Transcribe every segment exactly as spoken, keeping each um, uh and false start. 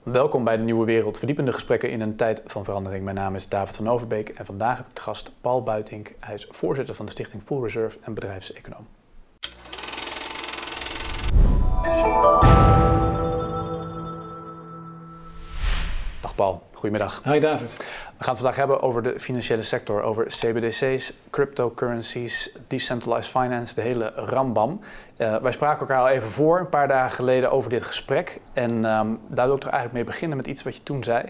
Welkom bij de Nieuwe Wereld, verdiepende gesprekken in een tijd van verandering. Mijn naam is David van Overbeek en vandaag heb ik te gast Paul Buitink. Hij is voorzitter van de stichting Full Reserve en bedrijfseconoom. Dag Paul, goedemiddag. Hi David. We gaan het vandaag hebben over de financiële sector, over C B D C's, cryptocurrencies, decentralized finance, de hele rambam. Uh, wij spraken elkaar al even voor, een paar dagen geleden, over dit gesprek. En um, daar wil ik er eigenlijk mee beginnen met iets wat je toen zei.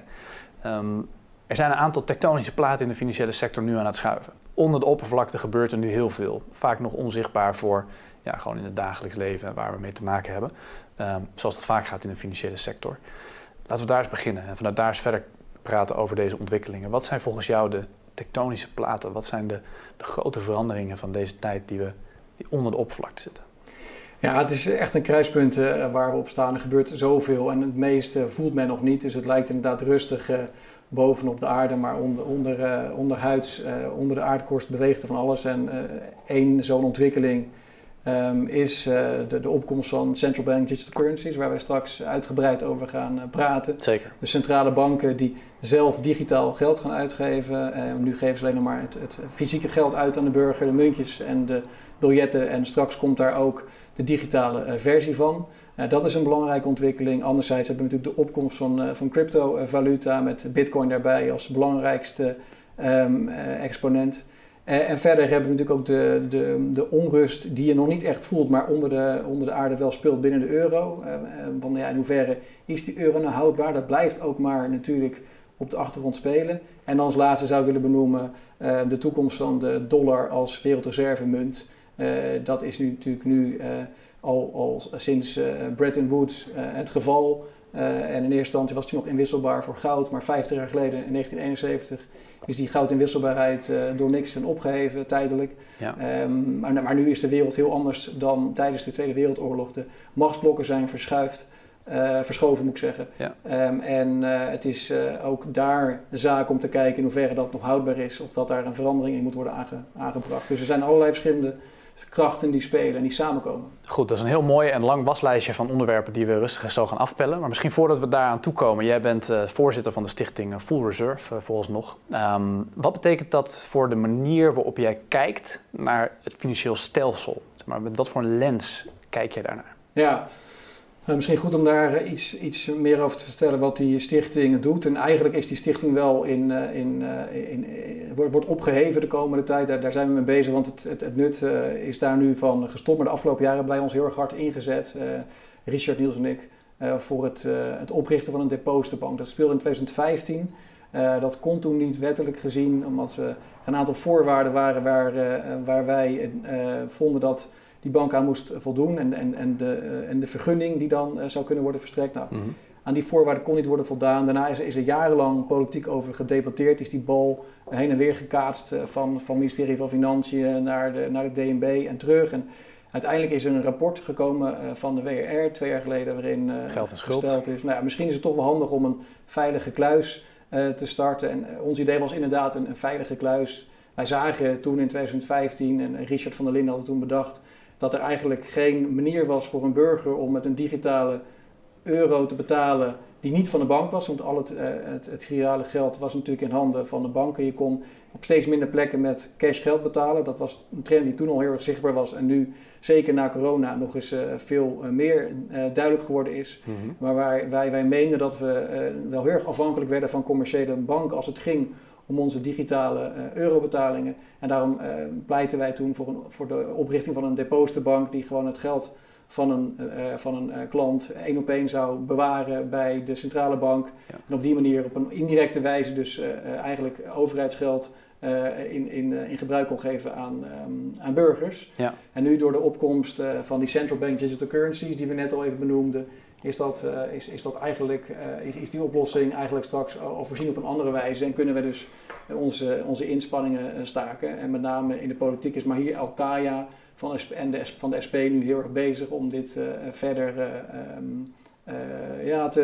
Um, er zijn een aantal tektonische platen in de financiële sector nu aan het schuiven. Onder de oppervlakte gebeurt er nu heel veel. Vaak nog onzichtbaar voor, ja, gewoon in het dagelijks leven waar we mee te maken hebben. Um, zoals dat vaak gaat in de financiële sector. Laten we daar eens beginnen en vanuit daar eens verder praten over deze ontwikkelingen. Wat zijn volgens jou de tektonische platen? Wat zijn de, de grote veranderingen van deze tijd die, we, die onder de oppervlakte zitten? Ja, het is echt een kruispunt uh, waar we op staan. Er gebeurt zoveel en het meeste voelt men nog niet. Dus het lijkt inderdaad rustig uh, bovenop de aarde, maar onder, onder, uh, onderhuids, uh, onder de aardkorst beweegt er van alles. En uh, één zo'n ontwikkeling um, is uh, de, de opkomst van central bank digital currencies, waar wij straks uitgebreid over gaan uh, praten. Zeker. De centrale banken die zelf digitaal geld gaan uitgeven. Uh, nu geven ze alleen nog maar het, het fysieke geld uit aan de burger, de muntjes en de biljetten. En straks komt daar ook de digitale uh, versie van. Uh, dat is een belangrijke ontwikkeling. Anderzijds hebben we natuurlijk de opkomst van, uh, van cryptovaluta met Bitcoin daarbij als belangrijkste um, uh, exponent. Uh, en verder hebben we natuurlijk ook de, de, de onrust die je nog niet echt voelt, maar onder de, onder de aarde wel speelt binnen de euro. Uh, uh, van, ja, in hoeverre is die euro nou houdbaar? Dat blijft ook maar natuurlijk op de achtergrond spelen. En als laatste zou ik willen benoemen uh, de toekomst van de dollar als wereldreservemunt. Uh, dat is nu natuurlijk nu uh, al, al sinds uh, Bretton Woods uh, het geval. Uh, en in eerste instantie was het nog inwisselbaar voor goud, maar vijftig jaar geleden, in negentien eenenzeventig, is die goudinwisselbaarheid uh, door Nixon opgeheven, tijdelijk. Ja. Um, maar, maar nu is de wereld heel anders dan tijdens de Tweede Wereldoorlog. De machtsblokken zijn verschuift, uh, verschoven moet ik zeggen. Ja. Um, en uh, het is uh, ook daar een zaak om te kijken in hoeverre dat nog houdbaar is, of dat daar een verandering in moet worden aange, aangebracht. Dus er zijn allerlei verschillende krachten die spelen en die samenkomen. Goed, dat is een heel mooi en lang waslijstje van onderwerpen die we rustig zo gaan afpellen. Maar misschien voordat we daaraan toekomen, jij bent uh, voorzitter van de stichting Full Reserve, uh, vooralsnog. Um, wat betekent dat voor de manier waarop jij kijkt naar het financieel stelsel? Zeg maar, met wat voor een lens kijk jij daarnaar? Ja, uh, misschien goed om daar uh, iets, iets meer over te vertellen wat die stichting doet. En eigenlijk is die stichting wel in, uh, in, uh, in, in, wordt, wordt opgeheven de komende tijd. Daar, daar zijn we mee bezig, want het, het, het nut uh, is daar nu van gestopt. Maar de afgelopen jaren hebben wij ons heel erg hard ingezet, uh, Richard, Niels en ik, uh, voor het, uh, het oprichten van een depositenbank. Dat speelde in twintig vijftien. Uh, dat kon toen niet wettelijk gezien, omdat er uh, een aantal voorwaarden waren waar, uh, waar wij uh, vonden dat die bank aan moest voldoen en, en, en, de, uh, en de vergunning die dan uh, zou kunnen worden verstrekt. Nou, mm-hmm. Aan die voorwaarden kon niet worden voldaan. Daarna is, is er jarenlang politiek over gedebatteerd. Is die bal uh, heen en weer gekaatst uh, van, van het ministerie van Financiën naar de, naar de D N B en terug. En uiteindelijk is er een rapport gekomen uh, van de W R R twee jaar geleden waarin uh, Geld en schuld gesteld is. Nou ja, misschien is het toch wel handig om een veilige kluis uh, te starten. En uh, ons idee was inderdaad een, een veilige kluis. Wij zagen toen in twintig vijftien, en Richard van der Linden had het toen bedacht, dat er eigenlijk geen manier was voor een burger om met een digitale euro te betalen die niet van de bank was. Want al het, uh, het, het girale geld was natuurlijk in handen van de banken. Je kon op steeds minder plekken met cash geld betalen. Dat was een trend die toen al heel erg zichtbaar was en nu zeker na corona nog eens uh, veel uh, meer uh, duidelijk geworden is. Mm-hmm. Maar waar wij, wij meenden dat we uh, wel heel erg afhankelijk werden van commerciële banken als het ging om onze digitale uh, eurobetalingen. En daarom uh, pleiten wij toen voor, een, voor de oprichting van een depositenbank die gewoon het geld van een, uh, van een uh, klant één op één zou bewaren bij de centrale bank. Ja. En op die manier op een indirecte wijze dus uh, uh, eigenlijk overheidsgeld uh, in, in, uh, in gebruik kon geven aan, um, aan burgers. Ja. En nu door de opkomst uh, van die central bank digital currencies die we net al even benoemden, is dat, uh, is, is dat eigenlijk, uh, is, is die oplossing eigenlijk straks al voorzien op een andere wijze en kunnen we dus onze, onze inspanningen uh, staken. En met name in de politiek is Mahir El-Kaya van, en de, van de S P nu heel erg bezig om dit uh, verder uh, um, uh, ja, te,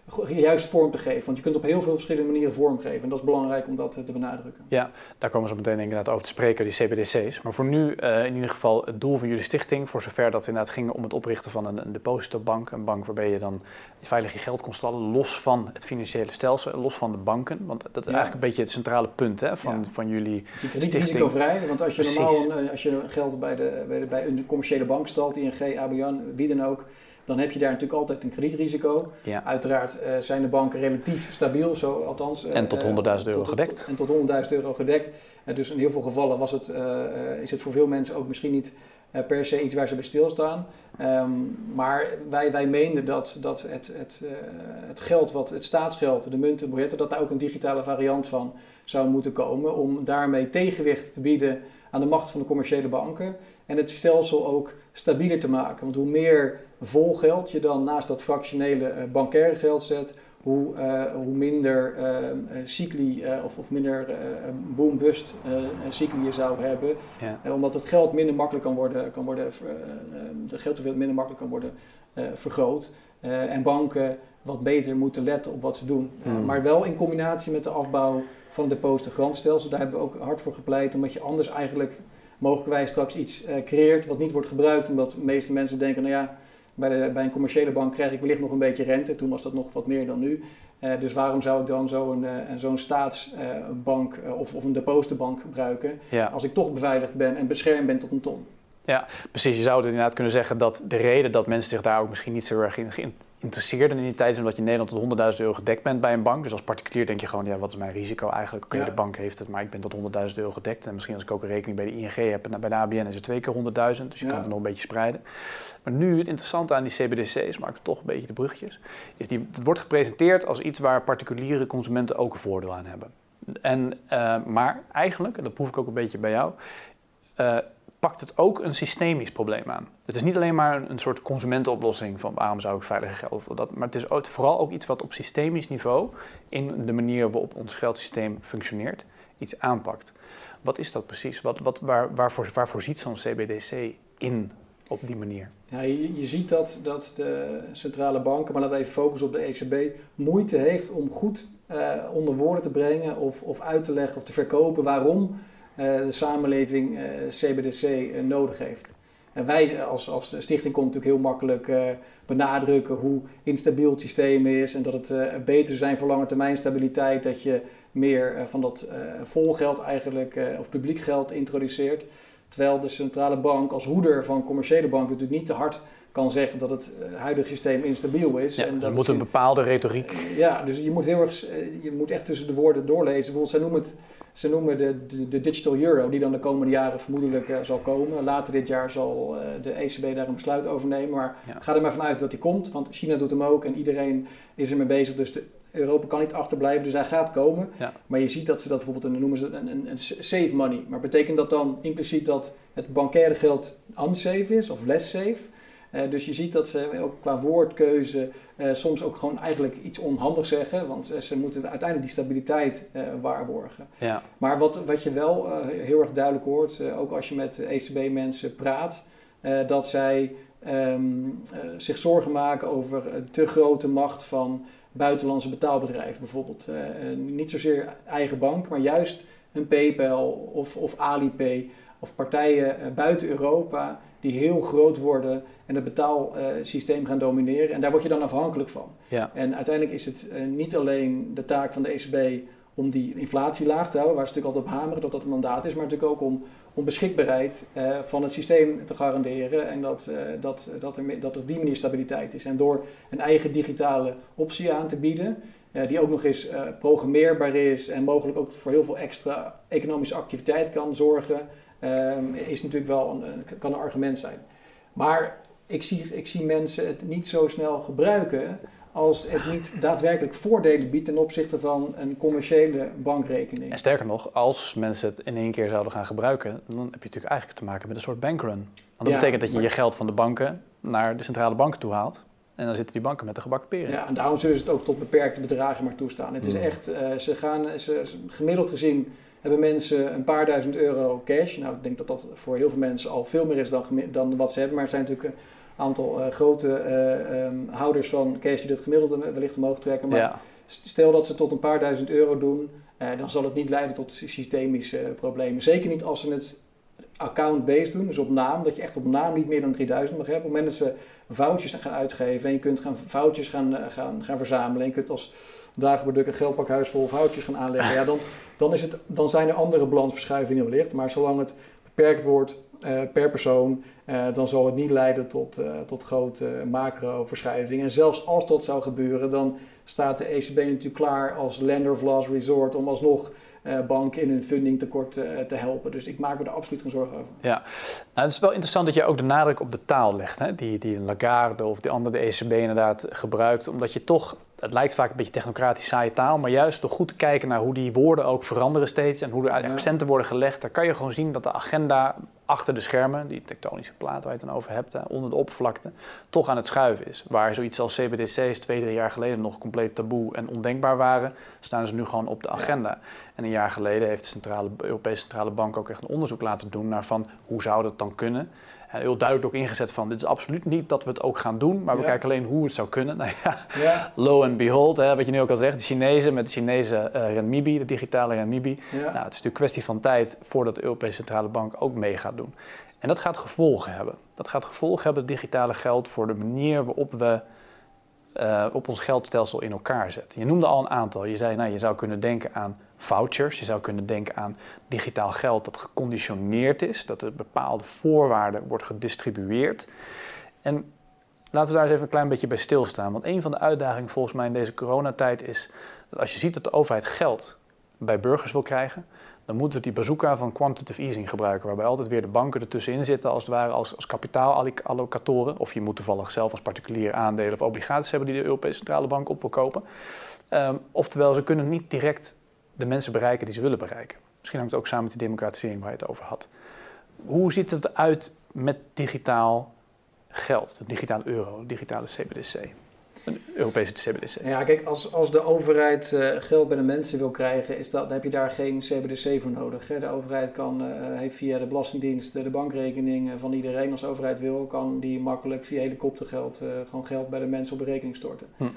juist vorm te geven. Want je kunt op heel veel verschillende manieren vormgeven. En dat is belangrijk om dat te benadrukken. Ja, daar komen we zo meteen inderdaad over te spreken, die C B D C's. Maar voor nu uh, in ieder geval het doel van jullie stichting, voor zover dat inderdaad ging om het oprichten van een, een depositobank. Een bank waarbij je dan veilig je geld kon stallen, los van het financiële stelsel, los van de banken. Want dat is ja. eigenlijk een beetje het centrale punt hè, van, ja. van jullie je stichting. Niet risicovrij, want als je Precies. normaal een, als je geld bij, de, bij, de, bij een commerciële bank stalt, I N G, A B N, wie dan ook, dan heb je daar natuurlijk altijd een kredietrisico. Ja. Uiteraard uh, zijn de banken relatief stabiel, zo althans. Uh, en tot honderdduizend euro tot, gedekt. Tot, en tot honderdduizend euro gedekt. Uh, dus in heel veel gevallen was het, uh, is het voor veel mensen ook misschien niet uh, per se iets waar ze bij stilstaan. Um, maar wij, wij meenden dat, dat het, het, uh, het geld, wat, het staatsgeld, de munten, biljetten, dat daar ook een digitale variant van zou moeten komen. Om daarmee tegenwicht te bieden aan de macht van de commerciële banken. En het stelsel ook stabieler te maken. Want hoe meer vol geld je dan naast dat fractionele uh, bankaire geld zet, hoe, uh, hoe minder uh, cycli uh, of, of minder uh, boom-bust uh, cycli je zou hebben. Ja. Uh, omdat het geld minder makkelijk kan worden, kan worden uh, de geldhoeveelheid minder makkelijk kan worden uh, vergroot. Uh, en banken wat beter moeten letten op wat ze doen. Mm. Uh, maar wel in combinatie met de afbouw van het depositogarantstelsel. Daar hebben we ook hard voor gepleit, omdat je anders eigenlijk mogelijkwijs straks iets uh, creëert wat niet wordt gebruikt. Omdat de meeste mensen denken, nou ja, bij, de, bij een commerciële bank krijg ik wellicht nog een beetje rente. Toen was dat nog wat meer dan nu. Uh, dus waarom zou ik dan zo'n, uh, zo'n staatsbank uh, uh, of, of een depositobank gebruiken, ja. als ik toch beveiligd ben en beschermd ben tot een ton? Ja, precies. Je zou het inderdaad kunnen zeggen dat de reden dat mensen zich daar ook misschien niet zo erg in geïnteresseerd in die tijd is omdat je in Nederland tot honderdduizend euro gedekt bent bij een bank. Dus als particulier denk je gewoon, ja, wat is mijn risico eigenlijk? Oké, okay, ja. de bank heeft het, maar ik ben tot honderdduizend euro gedekt. En misschien als ik ook een rekening bij de I N G heb en bij de A B N is het twee keer honderdduizend. Dus je ja. kan het nog een beetje spreiden. Maar nu, het interessante aan die C B D C's, maak ik toch een beetje de bruggetjes, is die, het wordt gepresenteerd als iets waar particuliere consumenten ook een voordeel aan hebben. En, uh, maar eigenlijk, en dat proef ik ook een beetje bij jou, uh, pakt het ook een systemisch probleem aan. Het is niet alleen maar een, een soort consumentenoplossing van waarom zou ik veilig geld of dat, maar het is ook, vooral ook iets wat op systemisch niveau in de manier waarop ons geldsysteem functioneert iets aanpakt. Wat is dat precies? Wat, wat, waar, waarvoor, waarvoor ziet zo'n C B D C in op die manier? Ja, je, je ziet dat, dat de centrale banken, maar laten we even focussen op de E C B, moeite heeft om goed uh, onder woorden te brengen of, of uit te leggen of te verkopen waarom Uh, de samenleving uh, C B D C uh, nodig heeft. En wij als, als stichting konden natuurlijk heel makkelijk uh, benadrukken hoe instabiel het systeem is en dat het uh, beter zijn voor lange termijn stabiliteit, dat je meer uh, van dat uh, volgeld eigenlijk, uh, of publiek geld introduceert. Terwijl de centrale bank als hoeder van commerciële banken natuurlijk niet te hard kan zeggen dat het uh, huidige systeem instabiel is. Ja, en dat er moet een bepaalde retoriek. Uh, ja, dus je moet heel erg, uh, je moet echt tussen de woorden doorlezen. Bijvoorbeeld, zij noemen het Ze noemen de, de, de digital euro, die dan de komende jaren vermoedelijk uh, zal komen. Later dit jaar zal uh, de E C B daar een besluit over nemen. Maar ja. ga er maar vanuit dat die komt, want China doet hem ook en iedereen is er mee bezig. Dus de, Europa kan niet achterblijven, dus hij gaat komen. Ja. Maar je ziet dat ze dat bijvoorbeeld, dan noemen ze een, een, een safe money. Maar betekent dat dan impliciet dat het bankaire geld unsafe is of less safe? Uh, dus je ziet dat ze ook qua woordkeuze uh, soms ook gewoon eigenlijk iets onhandig zeggen. Want uh, ze moeten uiteindelijk die stabiliteit uh, waarborgen. Ja. Maar wat, wat je wel uh, heel erg duidelijk hoort, uh, ook als je met E C B-mensen praat, uh, dat zij um, uh, zich zorgen maken over een te grote macht van buitenlandse betaalbedrijven bijvoorbeeld. Uh, uh, niet zozeer eigen bank, maar juist een PayPal of, of Alipay of partijen uh, buiten Europa die heel groot worden en het betaalsysteem uh, gaan domineren. En daar word je dan afhankelijk van. Ja. En uiteindelijk is het uh, niet alleen de taak van de E C B om die inflatie laag te houden, waar ze natuurlijk altijd op hameren dat dat een mandaat is, maar natuurlijk ook om, om beschikbaarheid uh, van het systeem te garanderen en dat, uh, dat, dat, er, dat er op die manier stabiliteit is. En door een eigen digitale optie aan te bieden, uh, die ook nog eens uh, programmeerbaar is en mogelijk ook voor heel veel extra economische activiteit kan zorgen, Um, is natuurlijk wel een, kan een argument zijn. Maar ik zie, ik zie mensen het niet zo snel gebruiken als het niet daadwerkelijk voordelen biedt ten opzichte van een commerciële bankrekening. En sterker nog, als mensen het in één keer zouden gaan gebruiken, dan heb je natuurlijk eigenlijk te maken met een soort bankrun. Want dat ja, betekent dat je maar... je geld van de banken naar de centrale banken toe haalt. En dan zitten die banken met de gebakken peren. Ja, en daarom zullen ze het ook tot beperkte bedragen maar toestaan. Het is mm. echt, uh, ze gaan, ze, gemiddeld gezien hebben mensen een paar duizend euro cash. Nou, ik denk dat dat voor heel veel mensen al veel meer is dan, dan wat ze hebben. Maar het zijn natuurlijk aantal uh, grote uh, um, houders van cash die dat gemiddelde wellicht omhoog trekken. Maar ja. stel dat ze tot een paar duizend euro doen, uh, dan zal het niet leiden tot systemische uh, problemen. Zeker niet als ze het account-based doen, dus op naam, dat je echt op naam niet meer dan drieduizend mag hebben. Op het moment dat ze vouchers gaan uitgeven en je kunt gaan vouchers gaan, gaan, gaan verzamelen en je kunt als dagenproduct een geldpakhuis vol vouchers gaan aanleggen, ja, dan, dan, is het, dan zijn er andere balansverschuivingen wellicht. Maar zolang het beperkt wordt uh, per persoon, uh, dan zal het niet leiden tot, uh, tot grote macro-verschuivingen. En zelfs als dat zou gebeuren, dan staat de E C B natuurlijk klaar als lender of last resort om alsnog Uh, banken in hun fundingtekort uh, te helpen. Dus ik maak me er absoluut geen zorgen over. Ja, nou, het is wel interessant dat je ook de nadruk op de taal legt, hè? Die, die Lagarde of die andere de E C B inderdaad gebruikt, omdat je toch, het lijkt vaak een beetje technocratisch saaie taal, maar juist door goed te kijken naar hoe die woorden ook veranderen steeds en hoe er ja. accenten worden gelegd, daar kan je gewoon zien dat de agenda achter de schermen, die tektonische plaat waar je het dan over hebt, hè, onder de oppervlakte, toch aan het schuiven is. Waar zoiets als C B D C's twee, drie jaar geleden nog compleet taboe en ondenkbaar waren, staan ze nu gewoon op de agenda. Ja. En een jaar geleden heeft de centrale, Europese Centrale Bank ook echt een onderzoek laten doen naar van hoe zou dat dan kunnen. En heel duidelijk ook ingezet van dit is absoluut niet dat we het ook gaan doen, maar we ja. kijken alleen hoe het zou kunnen. Nou ja, ja. lo and behold, hè, wat je nu ook al zegt, de Chinezen met de Chinese uh, renminbi, de digitale renminbi. Ja. Nou, het is natuurlijk een kwestie van tijd voordat de Europese Centrale Bank ook mee gaat doen. En dat gaat gevolgen hebben. Dat gaat gevolgen hebben, het digitale geld, voor de manier waarop we uh, op ons geldstelsel in elkaar zetten. Je noemde al een aantal. Je zei, nou, je zou kunnen denken aan vouchers. Je zou kunnen denken aan digitaal geld dat geconditioneerd is, dat er bepaalde voorwaarden wordt gedistribueerd. En laten we daar eens even een klein beetje bij stilstaan. Want een van de uitdagingen volgens mij in deze coronatijd is dat als je ziet dat de overheid geld bij burgers wil krijgen, dan moeten we die bazooka van quantitative easing gebruiken, waarbij altijd weer de banken ertussenin zitten als het ware als, als kapitaalallocatoren. Of je moet toevallig zelf als particulier aandelen of obligaties hebben die de Europese Centrale Bank op wil kopen. Um, oftewel, ze kunnen niet direct de mensen bereiken die ze willen bereiken. Misschien hangt het ook samen met die democratisering waar je het over had. Hoe ziet het uit met digitaal geld, de digitale euro, de digitale C B D C? Een Europese C B D C. Ja, kijk, als, als de overheid uh, geld bij de mensen wil krijgen, is dat, dan heb je daar geen C B D C voor nodig. Hè. De overheid kan, uh, heeft via de Belastingdienst de bankrekening van iedereen. Als de overheid wil, kan die makkelijk via helikoptergeld uh, gewoon geld bij de mensen op een rekening storten. Hm.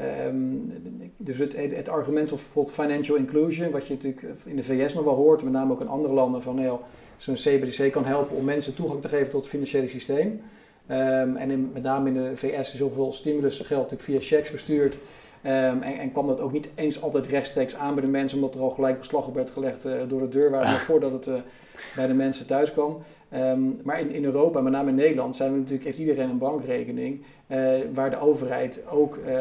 Um, dus het, het argument van bijvoorbeeld financial inclusion, wat je natuurlijk in de V S nog wel hoort, met name ook in andere landen, van nou, zo'n C B D C kan helpen om mensen toegang te geven tot het financiële systeem. Um, en in, met name in de V S is zoveel stimulusgeld natuurlijk via checks bestuurd. Um, en, en kwam dat ook niet eens altijd rechtstreeks aan bij de mensen, omdat er al gelijk beslag op werd gelegd uh, door de deurwaarder ah. voordat het uh, bij de mensen thuis kwam. Um, maar in, in Europa, met name in Nederland, zijn we natuurlijk, heeft iedereen een bankrekening uh, waar de overheid ook uh, uh,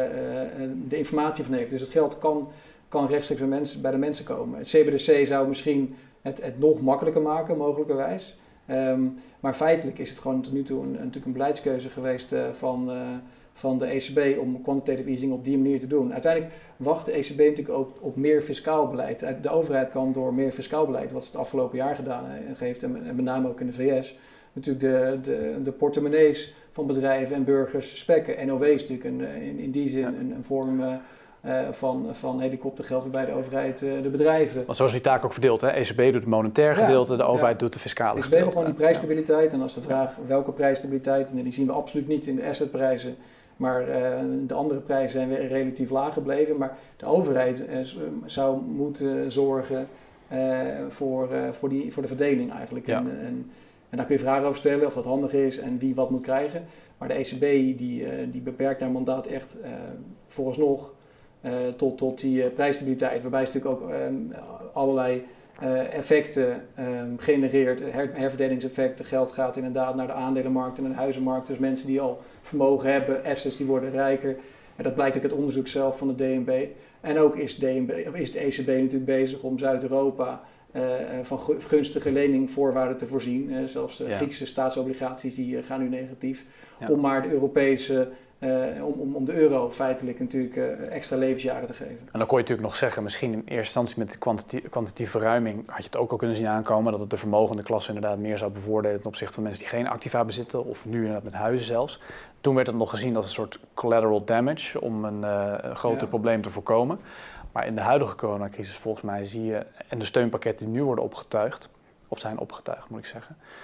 de informatie van heeft. Dus het geld kan, kan rechtstreeks bij, mensen, bij de mensen komen. Het C B D C zou misschien het, het nog makkelijker maken, mogelijkerwijs. Um, maar feitelijk is het gewoon tot nu toe een, een, natuurlijk een beleidskeuze geweest uh, van, uh, van de E C B om quantitative easing op die manier te doen. Uiteindelijk wacht de E C B natuurlijk ook op meer fiscaal beleid. De overheid kan door meer fiscaal beleid, wat ze het afgelopen jaar gedaan heeft, en met name ook in de V S, natuurlijk de, de, de portemonnees van bedrijven en burgers spekken. N O W is natuurlijk een, in, in die zin ja. een, een vorm uh, uh, van, van helikoptergeld waarbij de overheid uh, de bedrijven... Want zo is die taak ook verdeeld, hè? E C B doet het monetair gedeelte, ja, de overheid ja. doet de fiscale gedeelte. E C B wil gewoon die prijsstabiliteit. En als de vraag welke prijsstabiliteit, en die zien we absoluut niet in de assetprijzen, maar uh, de andere prijzen zijn weer relatief laag gebleven. Maar de overheid uh, zou moeten zorgen uh, voor, uh, voor, die, voor de verdeling eigenlijk. Ja. En, en, en daar kun je vragen over stellen of dat handig is en wie wat moet krijgen. Maar de E C B die, uh, die beperkt haar mandaat echt uh, vooralsnog uh, tot, tot die uh, prijsstabiliteit. Waarbij ze natuurlijk ook um, allerlei uh, effecten um, genereert. Her, herverdelingseffecten. Geld gaat inderdaad naar de aandelenmarkt en naar de huizenmarkt. Dus mensen die al vermogen hebben, assets, die worden rijker. En dat blijkt ook uit het onderzoek zelf van de D N B. En ook is, D N B, of is de E C B natuurlijk bezig om Zuid-Europa uh, van gunstige leningvoorwaarden te voorzien. Uh, zelfs de ja. Griekse staatsobligaties die uh, gaan nu negatief. Ja. Om maar de Europese, uh, om, om, om de euro feitelijk natuurlijk uh, extra levensjaren te geven. En dan kon je natuurlijk nog zeggen, misschien in eerste instantie met de kwantitatieve, kwantitatieve verruiming had je het ook al kunnen zien aankomen, dat het de vermogende klasse inderdaad meer zou bevoordelen ten opzichte van mensen die geen activa bezitten, of nu inderdaad met huizen zelfs. Toen werd het nog gezien als een soort collateral damage om een, uh, een groter ja. probleem te voorkomen. Maar in de huidige coronacrisis volgens mij zie je, en de steunpakketten die nu worden opgetuigd, of zijn opgetuigd moet ik zeggen,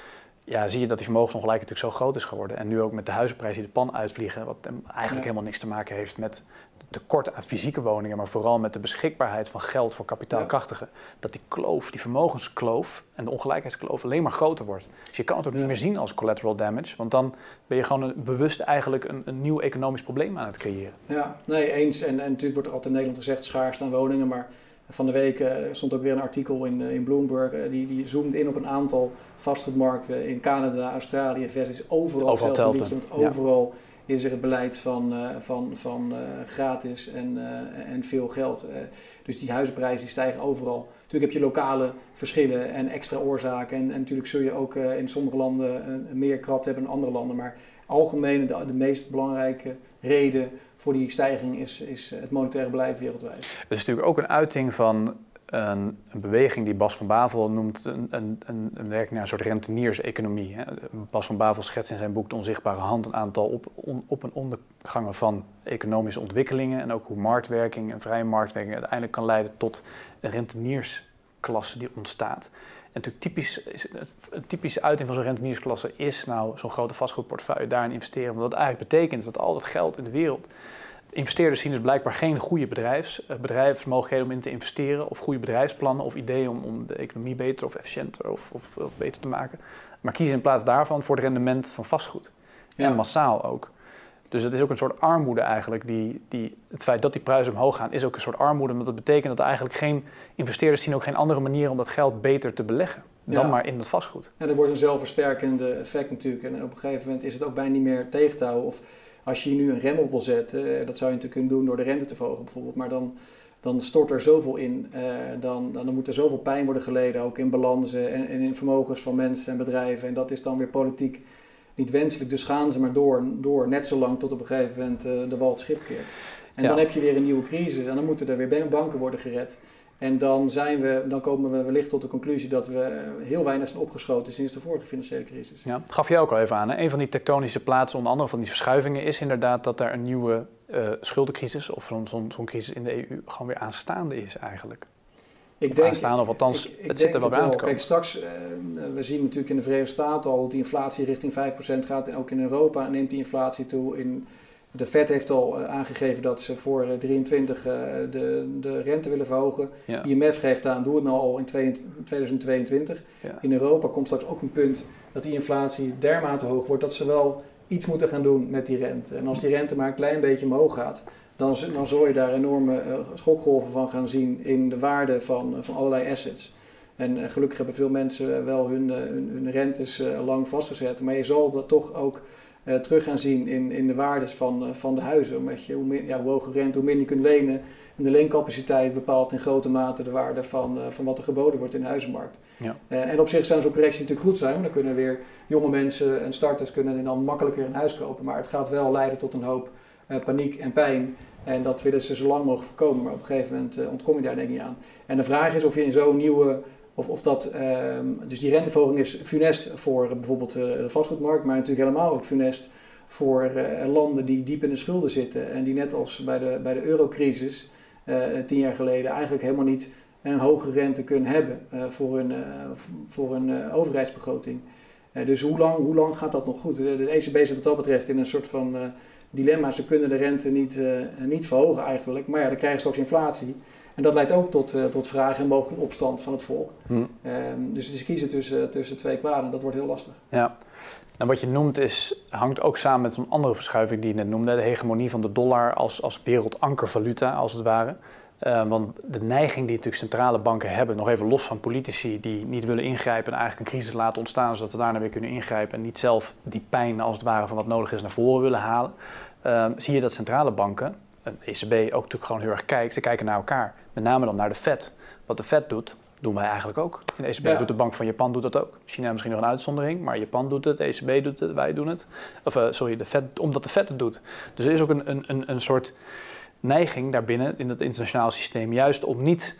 ja, zie je dat die vermogensongelijkheid natuurlijk zo groot is geworden. En nu ook met de huizenprijzen die de pan uitvliegen, wat eigenlijk ja. helemaal niks te maken heeft met tekort aan fysieke woningen, maar vooral met de beschikbaarheid van geld voor kapitaalkrachtigen. Ja. Dat die kloof, die vermogenskloof en de ongelijkheidskloof alleen maar groter wordt. Dus je kan het ook ja. niet meer zien als collateral damage, want dan ben je gewoon een, bewust eigenlijk een, een nieuw economisch probleem aan het creëren. Ja, nee, eens. En, en natuurlijk wordt er altijd in Nederland gezegd schaarste aan woningen, maar van de week uh, stond ook weer een artikel in, uh, in Bloomberg, uh, die, die zoomt in op een aantal vastgoedmarkten in Canada, Australië, versus overal, overal hetzelfde liedje, want overal ja. is er het beleid van, uh, van, van uh, gratis en, uh, en veel geld. Uh, dus die huizenprijzen die stijgen overal. Natuurlijk heb je lokale verschillen en extra oorzaken en, en natuurlijk zul je ook uh, in sommige landen uh, meer krapte hebben dan andere landen, maar algemeen de, de meest belangrijke reden voor die stijging is, is het monetaire beleid wereldwijd. Het is natuurlijk ook een uiting van een, een beweging die Bas van Bavel noemt een, een, een, een werking naar een soort renteniers-economie. Hè. Bas van Bavel schetst in zijn boek De Onzichtbare Hand een aantal op, on, op- en ondergangen van economische ontwikkelingen en ook hoe marktwerking en vrije marktwerking uiteindelijk kan leiden tot een renteniersklasse die ontstaat. En natuurlijk typisch, een typische uiting van zo'n renteniersklasse is nou zo'n grote vastgoedportefeuille daarin investeren. Want wat dat eigenlijk betekent is dat al dat geld in de wereld, investeerders zien dus blijkbaar geen goede bedrijfs, bedrijfsmogelijkheden om in te investeren of goede bedrijfsplannen of ideeën om, om de economie beter of efficiënter of, of, of beter te maken. Maar kiezen in plaats daarvan voor het rendement van vastgoed. Ja. En massaal ook. Dus het is ook een soort armoede eigenlijk. Die, die, het feit dat die prijzen omhoog gaan is ook een soort armoede. Want dat betekent dat er eigenlijk geen investeerders zien ook geen andere manier om dat geld beter te beleggen. Dan ja. maar in dat vastgoed. Ja, er wordt een zelfversterkende effect natuurlijk. En op een gegeven moment is het ook bijna niet meer tegen te houden. Of als je hier nu een rem op wil zetten, dat zou je natuurlijk kunnen doen door de rente te verhogen bijvoorbeeld. Maar dan, dan stort er zoveel in. Uh, dan, dan moet er zoveel pijn worden geleden. Ook in balansen en, en in vermogens van mensen en bedrijven. En dat is dan weer politiek niet wenselijk, dus gaan ze maar door, door net zo lang tot op een gegeven moment uh, de wal het schip keert. En ja. dan heb je weer een nieuwe crisis en dan moeten er weer banken worden gered. En dan, zijn we, dan komen we wellicht tot de conclusie dat we heel weinig zijn opgeschoten sinds de vorige financiële crisis. Ja, dat gaf jij ook al even aan. Hè? Een van die tektonische plaatsen, onder andere van die verschuivingen, is inderdaad dat er een nieuwe uh, schuldencrisis of zo'n, zo'n, zo'n crisis in de E U gewoon weer aanstaande is eigenlijk. Ik of denk, aanstaan, of althans, ik, ik het zit er wel bij aan te komen. Kijk, straks, uh, we zien natuurlijk in de Verenigde Staten al dat die inflatie richting vijf procent gaat. En ook in Europa neemt die inflatie toe. In, de Fed heeft al uh, aangegeven dat ze voor uh, drieëntwintig uh, de, de rente willen verhogen. Ja. I M F geeft aan, doe het nou al in tweeduizend tweeëntwintig. Ja. In Europa komt straks ook een punt dat die inflatie dermate hoog wordt dat ze wel iets moeten gaan doen met die rente. En als die rente maar een klein beetje omhoog gaat, Dan, dan zul je daar enorme uh, schokgolven van gaan zien in de waarde van, van allerlei assets. En uh, gelukkig hebben veel mensen wel hun, uh, hun, hun rentes uh, lang vastgezet. Maar je zal dat toch ook uh, terug gaan zien in, in de waardes van, uh, van de huizen. Omdat je hoe, meer, ja, hoe hoger rente, hoe minder je kunt lenen. En de leencapaciteit bepaalt in grote mate de waarde van, uh, van wat er geboden wordt in de huizenmarkt. Ja. Uh, en op zich zou zo'n correctie natuurlijk goed zijn. Want dan kunnen weer jonge mensen en starters kunnen dan makkelijker een huis kopen. Maar het gaat wel leiden tot een hoop uh, paniek en pijn. En dat willen ze zo lang mogelijk voorkomen, maar op een gegeven moment uh, ontkom je daar denk ik niet aan. En de vraag is of je in zo'n nieuwe, of, of dat, uh, dus die renteverhoging is funest voor uh, bijvoorbeeld uh, de vastgoedmarkt, maar natuurlijk helemaal ook funest voor uh, landen die diep in de schulden zitten. En die net als bij de, bij de eurocrisis, uh, tien jaar geleden, eigenlijk helemaal niet een hoge rente kunnen hebben uh, voor hun, uh, voor hun uh, overheidsbegroting. Uh, dus hoe lang, hoe lang gaat dat nog goed? De, de E C B zit wat dat betreft in een soort van Uh, dilemma. Ze kunnen de rente niet, uh, niet verhogen eigenlijk, maar ja, dan krijg je straks inflatie. En dat leidt ook tot, uh, tot vragen en mogelijk opstand van het volk. Hmm. Um, dus ze kiezen tussen, tussen twee kwaden, dat wordt heel lastig. Ja. En wat je noemt is, hangt ook samen met zo'n andere verschuiving die je net noemde, de hegemonie van de dollar als, als wereldankervaluta als het ware. Uh, want de neiging die natuurlijk centrale banken hebben, nog even los van politici die niet willen ingrijpen en eigenlijk een crisis laten ontstaan, zodat we daarna weer kunnen ingrijpen en niet zelf die pijn als het ware van wat nodig is naar voren willen halen, uh, zie je dat centrale banken, en de E C B ook natuurlijk gewoon heel erg kijkt, ze kijken naar elkaar, met name dan naar de Fed. Wat de Fed doet, doen wij eigenlijk ook. In de E C B ja. doet de Bank van Japan doet dat ook. China misschien nog een uitzondering, maar Japan doet het, de E C B doet het, wij doen het. Of uh, sorry, de Fed, omdat de Fed het doet. Dus er is ook een, een, een, een soort neiging daarbinnen in het internationaal systeem, juist om niet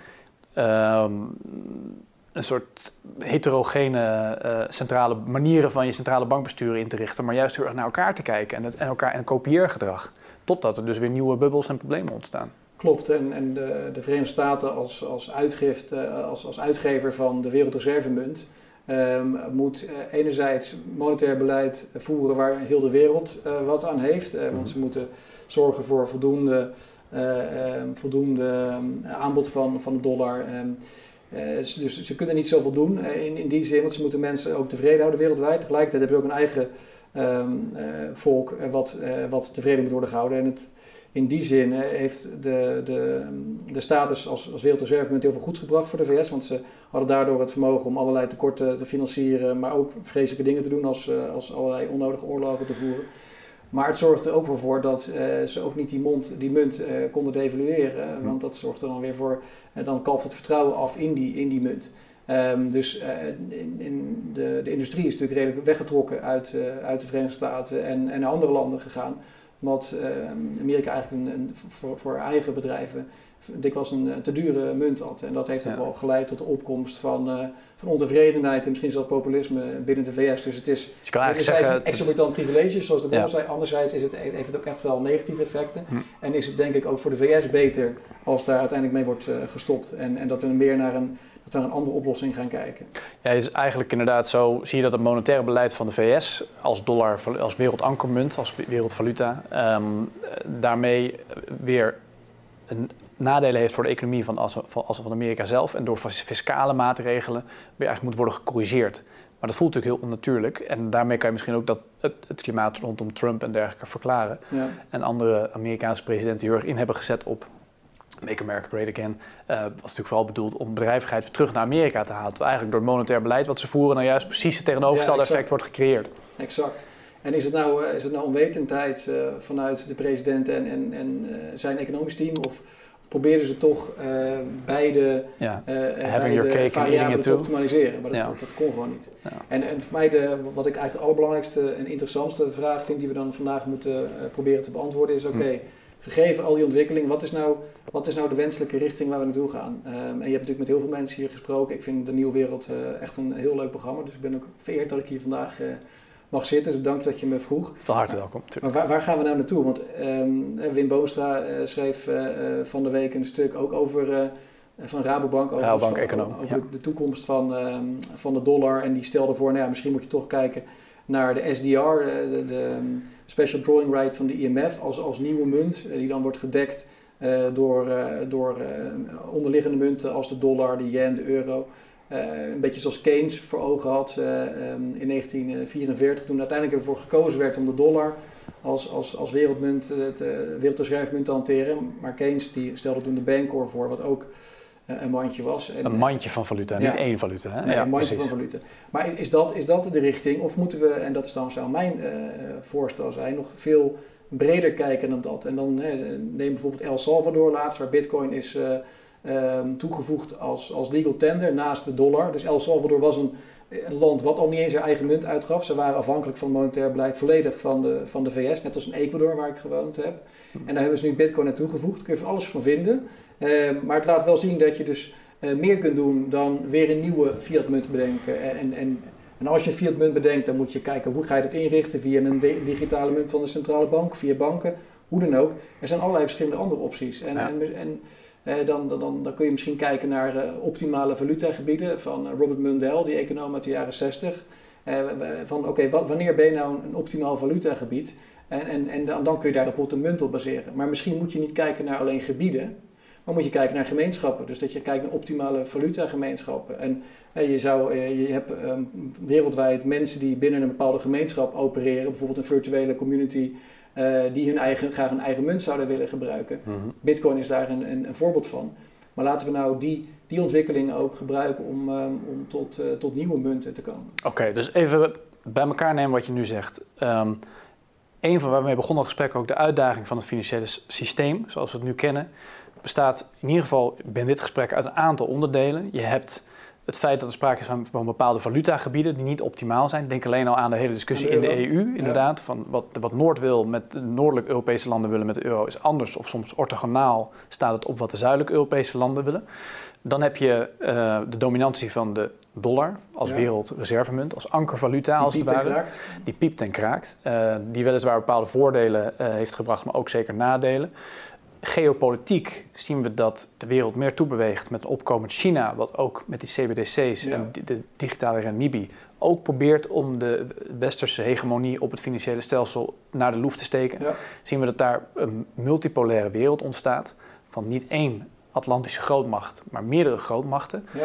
um, een soort heterogene uh, centrale manieren van je centrale bankbestuur in te richten, maar juist heel erg naar elkaar te kijken en, het, en elkaar en kopieergedrag. Totdat er dus weer nieuwe bubbels en problemen ontstaan. Klopt, en, en de, de Verenigde Staten als, als, uitgift, uh, als, als uitgever van de Wereldreservemunt Um, moet uh, enerzijds monetair beleid voeren waar heel de wereld uh, wat aan heeft. Uh, mm-hmm. Want ze moeten zorgen voor voldoende, uh, um, voldoende um, aanbod van, van de dollar. Um, uh, dus ze kunnen niet zoveel doen uh, in, in die zin, want ze moeten mensen ook tevreden houden wereldwijd. Tegelijkertijd hebben ze ook een eigen um, uh, volk uh, wat, uh, wat tevreden moet worden gehouden. En het, in die zin uh, heeft de, de, de status als, als wereldreservemunt heel veel goeds gebracht voor de V S. Want ze hadden daardoor het vermogen om allerlei tekorten te financieren, maar ook vreselijke dingen te doen als, uh, als allerlei onnodige oorlogen te voeren. Maar het zorgde er ook wel voor dat uh, ze ook niet die, mond, die munt uh, konden devalueren. Mm. Want dat zorgde dan weer voor, uh, dan kalft het vertrouwen af in die, in die munt. Um, dus uh, in, in de, de industrie is natuurlijk redelijk weggetrokken uit, uh, uit de Verenigde Staten en, en naar andere landen gegaan. Omdat uh, Amerika eigenlijk een, een, voor, voor eigen bedrijven dikwijls een te dure munt had. En dat heeft ook ja. wel geleid tot de opkomst van, uh, van ontevredenheid en misschien zelfs populisme binnen de V S. Dus het is, dus je kan eigenlijk zeggen, een exorbitant privilege, zoals de Bol ja. zei. Anderzijds is het, heeft het ook echt wel negatieve effecten. Hm. En is het denk ik ook voor de V S beter als daar uiteindelijk mee wordt uh, gestopt. En, en dat we meer naar een, dat we naar een andere oplossing gaan kijken. Ja, het is eigenlijk inderdaad zo, zie je dat het monetaire beleid van de V S als dollar, als wereldankermunt, als wereldvaluta, um, daarmee weer een nadelen heeft voor de economie van, als, van, als van Amerika zelf en door fiscale maatregelen weer eigenlijk moet worden gecorrigeerd. Maar dat voelt natuurlijk heel onnatuurlijk en daarmee kan je misschien ook dat het, het klimaat rondom Trump en dergelijke verklaren. Ja. En andere Amerikaanse presidenten heel erg in hebben gezet op Make America Great Again, uh, was natuurlijk vooral bedoeld om bedrijvigheid weer terug naar Amerika te halen. Terwijl eigenlijk door het monetair beleid wat ze voeren nou juist precies het tegenovergestelde ja, effect wordt gecreëerd. Exact. En is het nou, is het nou onwetendheid uh, vanuit de president en, en, en uh, zijn economisch team? Of proberen ze toch uh, beide, ja. uh, beide variabelen te optimaliseren? Maar dat, ja. dat, dat kon gewoon niet. Ja. En, en voor mij, de, wat ik eigenlijk de allerbelangrijkste en interessantste vraag vind die we dan vandaag moeten uh, proberen te beantwoorden is, oké, okay, hm. gegeven al die ontwikkeling, wat is, nou, wat is nou de wenselijke richting waar we naartoe gaan? Um, en je hebt natuurlijk met heel veel mensen hier gesproken. Ik vind de Nieuwe Wereld uh, echt een heel leuk programma, dus ik ben ook vereerd dat ik hier vandaag uh, mag zitten. Dus bedankt dat je me vroeg. Van harte welkom. Maar waar, waar gaan we nou naartoe? Want um, Wim Boonstra uh, schreef uh, van de week een stuk ook over uh, van Rabobank, over, Rabobank over, econoom, over ja. de, de toekomst van, um, van de dollar. En die stelde voor, nou ja, misschien moet je toch kijken naar de S D R, de, de um, Special Drawing Right van de I M F, als, als nieuwe munt, uh, die dan wordt gedekt uh, door, uh, door uh, onderliggende munten als de dollar, de yen, de euro. Uh, een beetje zoals Keynes voor ogen had uh, um, in negentien vierenveertig, toen uiteindelijk ervoor gekozen werd om de dollar als, als, als wereldmunt, uh, te, wereldreservemunt te hanteren. Maar Keynes die stelde toen de Bancor voor, wat ook uh, een mandje was. En, een mandje van valuta, ja. Niet één valuta. Hè? Nee, ja, een mandje precies. van valuta. Maar is dat, is dat de richting? Of moeten we, en dat is dan zou mijn uh, voorstel zijn, nog veel breder kijken dan dat? En dan uh, neem bijvoorbeeld El Salvador laatst, waar Bitcoin is Uh, Um, toegevoegd als, als legal tender naast de dollar. Dus El Salvador was een, een land wat al niet eens zijn eigen munt uitgaf. Ze waren afhankelijk van het monetair beleid volledig van de, van de V S, net als in Ecuador waar ik gewoond heb. En daar hebben ze nu Bitcoin aan toegevoegd. Daar kun je van alles van vinden. Um, maar het laat wel zien dat je dus uh, meer kunt doen dan weer een nieuwe fiat-munt bedenken. En, en, en als je een fiat-munt bedenkt, dan moet je kijken hoe ga je dat inrichten via een de- digitale munt van de centrale bank, via banken, hoe dan ook. Er zijn allerlei verschillende andere opties. En, ja. en, en Uh, dan, dan, dan kun je misschien kijken naar uh, optimale valutagebieden van uh, Robert Mundell, die econoom uit de jaren zestig. Uh, van oké, okay, wanneer ben je nou een, een optimaal valutagebied? En, en, en dan, dan kun je daar bijvoorbeeld een munt op baseren. Maar misschien moet je niet kijken naar alleen gebieden, maar moet je kijken naar gemeenschappen. Dus dat je kijkt naar optimale valutagemeenschappen. En uh, je, zou, uh, je hebt um, wereldwijd mensen die binnen een bepaalde gemeenschap opereren, bijvoorbeeld een virtuele community, Uh, die hun eigen, graag een eigen munt zouden willen gebruiken. Mm-hmm. Bitcoin is daar een, een, een voorbeeld van. Maar laten we nou die, die ontwikkelingen ook gebruiken om, um, om tot, uh, tot nieuwe munten te komen. Oké, okay, dus even bij elkaar nemen wat je nu zegt. Um, een van waar we mee begonnen het gesprek, ook de uitdaging van het financiële systeem, zoals we het nu kennen, bestaat in ieder geval binnen dit gesprek uit een aantal onderdelen. Je hebt het feit dat er sprake is van, van bepaalde valutagebieden die niet optimaal zijn. Denk alleen al aan de hele discussie de in de E U, inderdaad. Ja. Van wat, wat Noord wil, met de noordelijke Europese landen willen met de euro is anders. Of soms orthogonaal staat het op wat de zuidelijke Europese landen willen. Dan heb je uh, de dominantie van de dollar als ja. wereldreservemunt, als ankervaluta als het ware. Die piept en kraakt. Uh, die weliswaar bepaalde voordelen uh, heeft gebracht, maar ook zeker nadelen. geopolitiek zien we dat de wereld meer toebeweegt met een opkomend China, wat ook met die C B D C's ja. en de digitale renminbi ook probeert om de westerse hegemonie op het financiële stelsel naar de loef te steken. Ja. Zien we dat daar een multipolaire wereld ontstaat van niet één Atlantische grootmacht, maar meerdere grootmachten. Ja.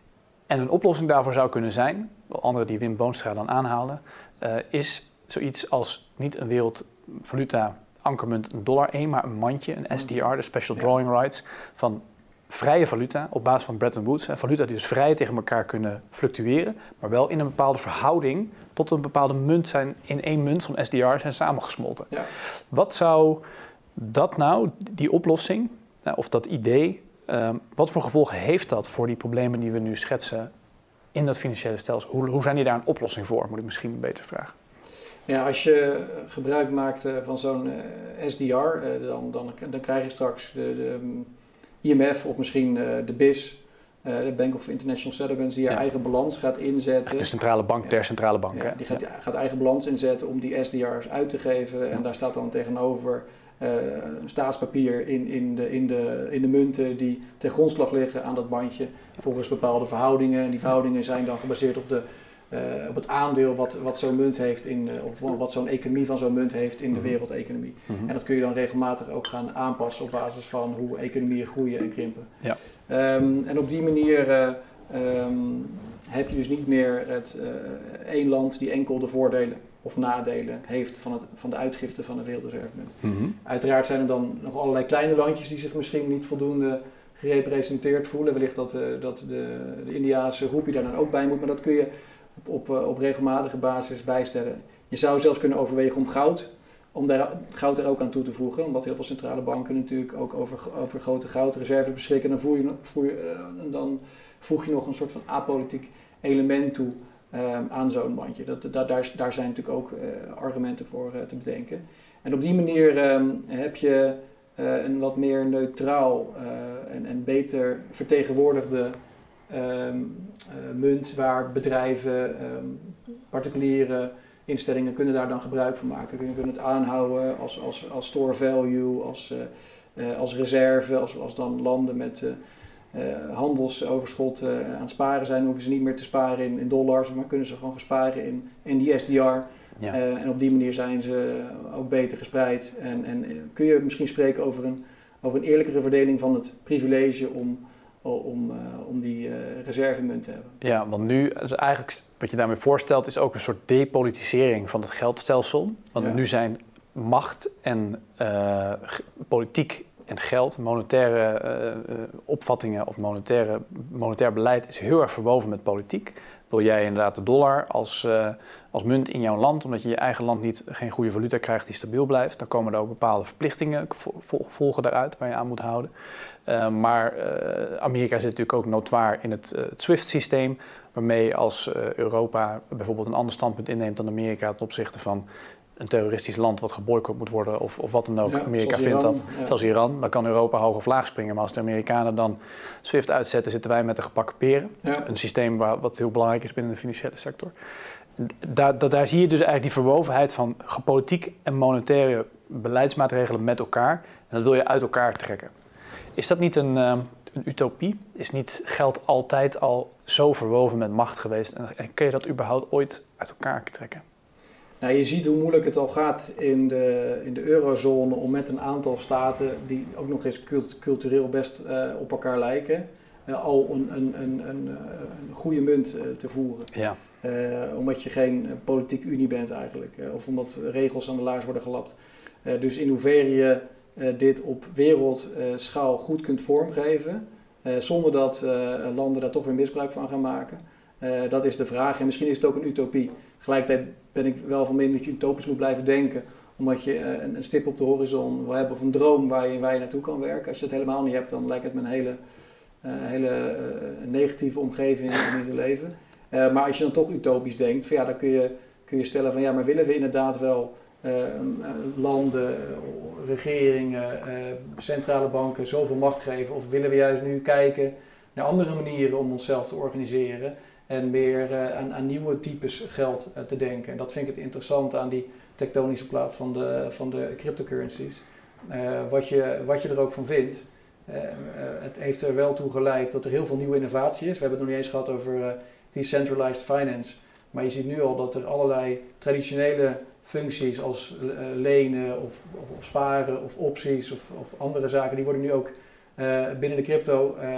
En een oplossing daarvoor zou kunnen zijn, andere die Wim Boonstra dan aanhaalde, uh, is zoiets als niet een wereldvaluta ankermunt een dollar één, maar een mandje, een S D R, de Special Drawing ja. Rights, van vrije valuta op basis van Bretton Woods. Hè, valuta die dus vrij tegen elkaar kunnen fluctueren, maar wel in een bepaalde verhouding tot een bepaalde munt zijn, in één munt, zo'n S D R, zijn samengesmolten. Ja. Wat zou dat nou, die oplossing, nou, of dat idee, um, wat voor gevolgen heeft dat voor die problemen die we nu schetsen in dat financiële stelsel? Hoe, hoe zijn die daar een oplossing voor, moet ik misschien beter vragen. Ja, als je gebruik maakt van zo'n uh, S D R, uh, dan, dan, dan krijg je straks de, de um, I M F of misschien uh, de B I S, uh, de Bank of International Settlements, die haar ja. eigen balans gaat inzetten. De centrale bank der centrale bank. Ja, die gaat, ja. gaat eigen balans inzetten om die S D R's uit te geven. Ja. En daar staat dan tegenover uh, staatspapier in, in, de, in, de, in de munten die ten grondslag liggen aan dat bandje. Volgens bepaalde verhoudingen. En die verhoudingen zijn dan gebaseerd op de Uh, op het aandeel wat, wat zo'n munt heeft in, uh, of wat zo'n economie van zo'n munt heeft in de wereldeconomie. Mm-hmm. En dat kun je dan regelmatig ook gaan aanpassen op basis van hoe economieën groeien en krimpen. Ja. Um, en op die manier uh, um, heb je dus niet meer het uh, één land die enkel de voordelen of nadelen heeft van, het, van de uitgifte van de wereldreservemunt. Mm-hmm. Uiteraard zijn er dan nog allerlei kleine landjes die zich misschien niet voldoende gerepresenteerd voelen. Wellicht dat, uh, dat de, de Indiase roepie daar dan ook bij moet, maar dat kun je Op, op, op regelmatige basis bijstellen. Je zou zelfs kunnen overwegen om goud, om daar, goud er ook aan toe te voegen, omdat heel veel centrale banken natuurlijk ook over, over grote goudreserves beschikken. Dan, voer je, voer je, uh, dan voeg je nog een soort van apolitiek element toe uh, aan zo'n bandje. Dat, dat, daar, daar zijn natuurlijk ook uh, argumenten voor uh, te bedenken. En op die manier um, heb je uh, een wat meer neutraal uh, en, en beter vertegenwoordigde Um, uh, munt waar bedrijven, um, particuliere instellingen kunnen daar dan gebruik van maken. Kunnen, kunnen het aanhouden als, als, als store value, als, uh, uh, als reserve, als, als dan landen met uh, uh, handelsoverschot uh, aan het sparen zijn, hoeven ze niet meer te sparen in, in dollars, maar kunnen ze gewoon gaan sparen in, in die S D R. Ja. Uh, en op die manier zijn ze ook beter gespreid. En, en uh, kun je misschien spreken over een, over een eerlijkere verdeling van het privilege om om, uh, om die uh, reservemunt te hebben. Ja, want nu, dus eigenlijk wat je daarmee voorstelt, is ook een soort depolitisering van het geldstelsel. Want ja. nu zijn macht en uh, g- politiek en geld, monetaire uh, uh, opvattingen of monetaire, monetair beleid is heel erg verwoven met politiek. Wil jij inderdaad de dollar als, uh, als munt in jouw land, omdat je je eigen land niet geen goede valuta krijgt die stabiel blijft, dan komen er ook bepaalde verplichtingen vol, volgen daaruit waar je aan moet houden. Uh, maar uh, Amerika zit natuurlijk ook notoir in het, uh, het SWIFT-systeem, waarmee als uh, Europa bijvoorbeeld een ander standpunt inneemt dan Amerika ten opzichte van een terroristisch land wat geboycott moet worden of, of wat dan ook. Ja, Amerika vindt Iran, dat, ja. zoals Iran, dan kan Europa hoog of laag springen. Maar als de Amerikanen dan SWIFT uitzetten, zitten wij met de gebakken peren. Ja. Een systeem waar, wat heel belangrijk is binnen de financiële sector. Daar, daar, daar zie je dus eigenlijk die verwovenheid van politiek en monetaire beleidsmaatregelen met elkaar. En dat wil je uit elkaar trekken. Is dat niet een, uh, een utopie? Is niet geld altijd al zo verwoven met macht geweest? En, en kun je dat überhaupt ooit uit elkaar trekken? Nou, je ziet hoe moeilijk het al gaat in de, in de eurozone om met een aantal staten die ook nog eens cult, cultureel best uh, op elkaar lijken, uh, al een, een, een, een, een goede munt uh, te voeren. Ja. Uh, omdat je geen uh, politieke unie bent eigenlijk, uh, of omdat regels aan de laars worden gelapt. Uh, dus in hoeverre je uh, dit op wereldschaal uh, goed kunt vormgeven, uh, zonder dat uh, landen daar toch weer misbruik van gaan maken. Uh, dat is de vraag en misschien is het ook een utopie. Tegelijkertijd ben ik wel van mening dat je utopisch moet blijven denken, omdat je uh, een, een stip op de horizon wil hebben of een droom waar je, waar je naartoe kan werken. Als je dat helemaal niet hebt, dan lijkt het me een hele, uh, hele uh, negatieve omgeving om in te leven. Uh, maar als je dan toch utopisch denkt, van, ja, dan kun je, kun je stellen van ja, maar willen we inderdaad wel uh, uh, landen, uh, regeringen, uh, centrale banken zoveel macht geven, of willen we juist nu kijken naar andere manieren om onszelf te organiseren en meer uh, aan, aan nieuwe types geld uh, te denken. En dat vind ik het interessant aan die tektonische plaat van de, van de cryptocurrencies. uh, wat, je, wat je er ook van vindt. Uh, uh, het heeft er wel toe geleid dat er heel veel nieuwe innovatie is. We hebben het nog niet eens gehad over uh, decentralized finance. Maar je ziet nu al dat er allerlei traditionele functies als uh, lenen of, of, of sparen of opties of, of andere zaken, die worden nu ook uh, binnen de crypto uh, uh,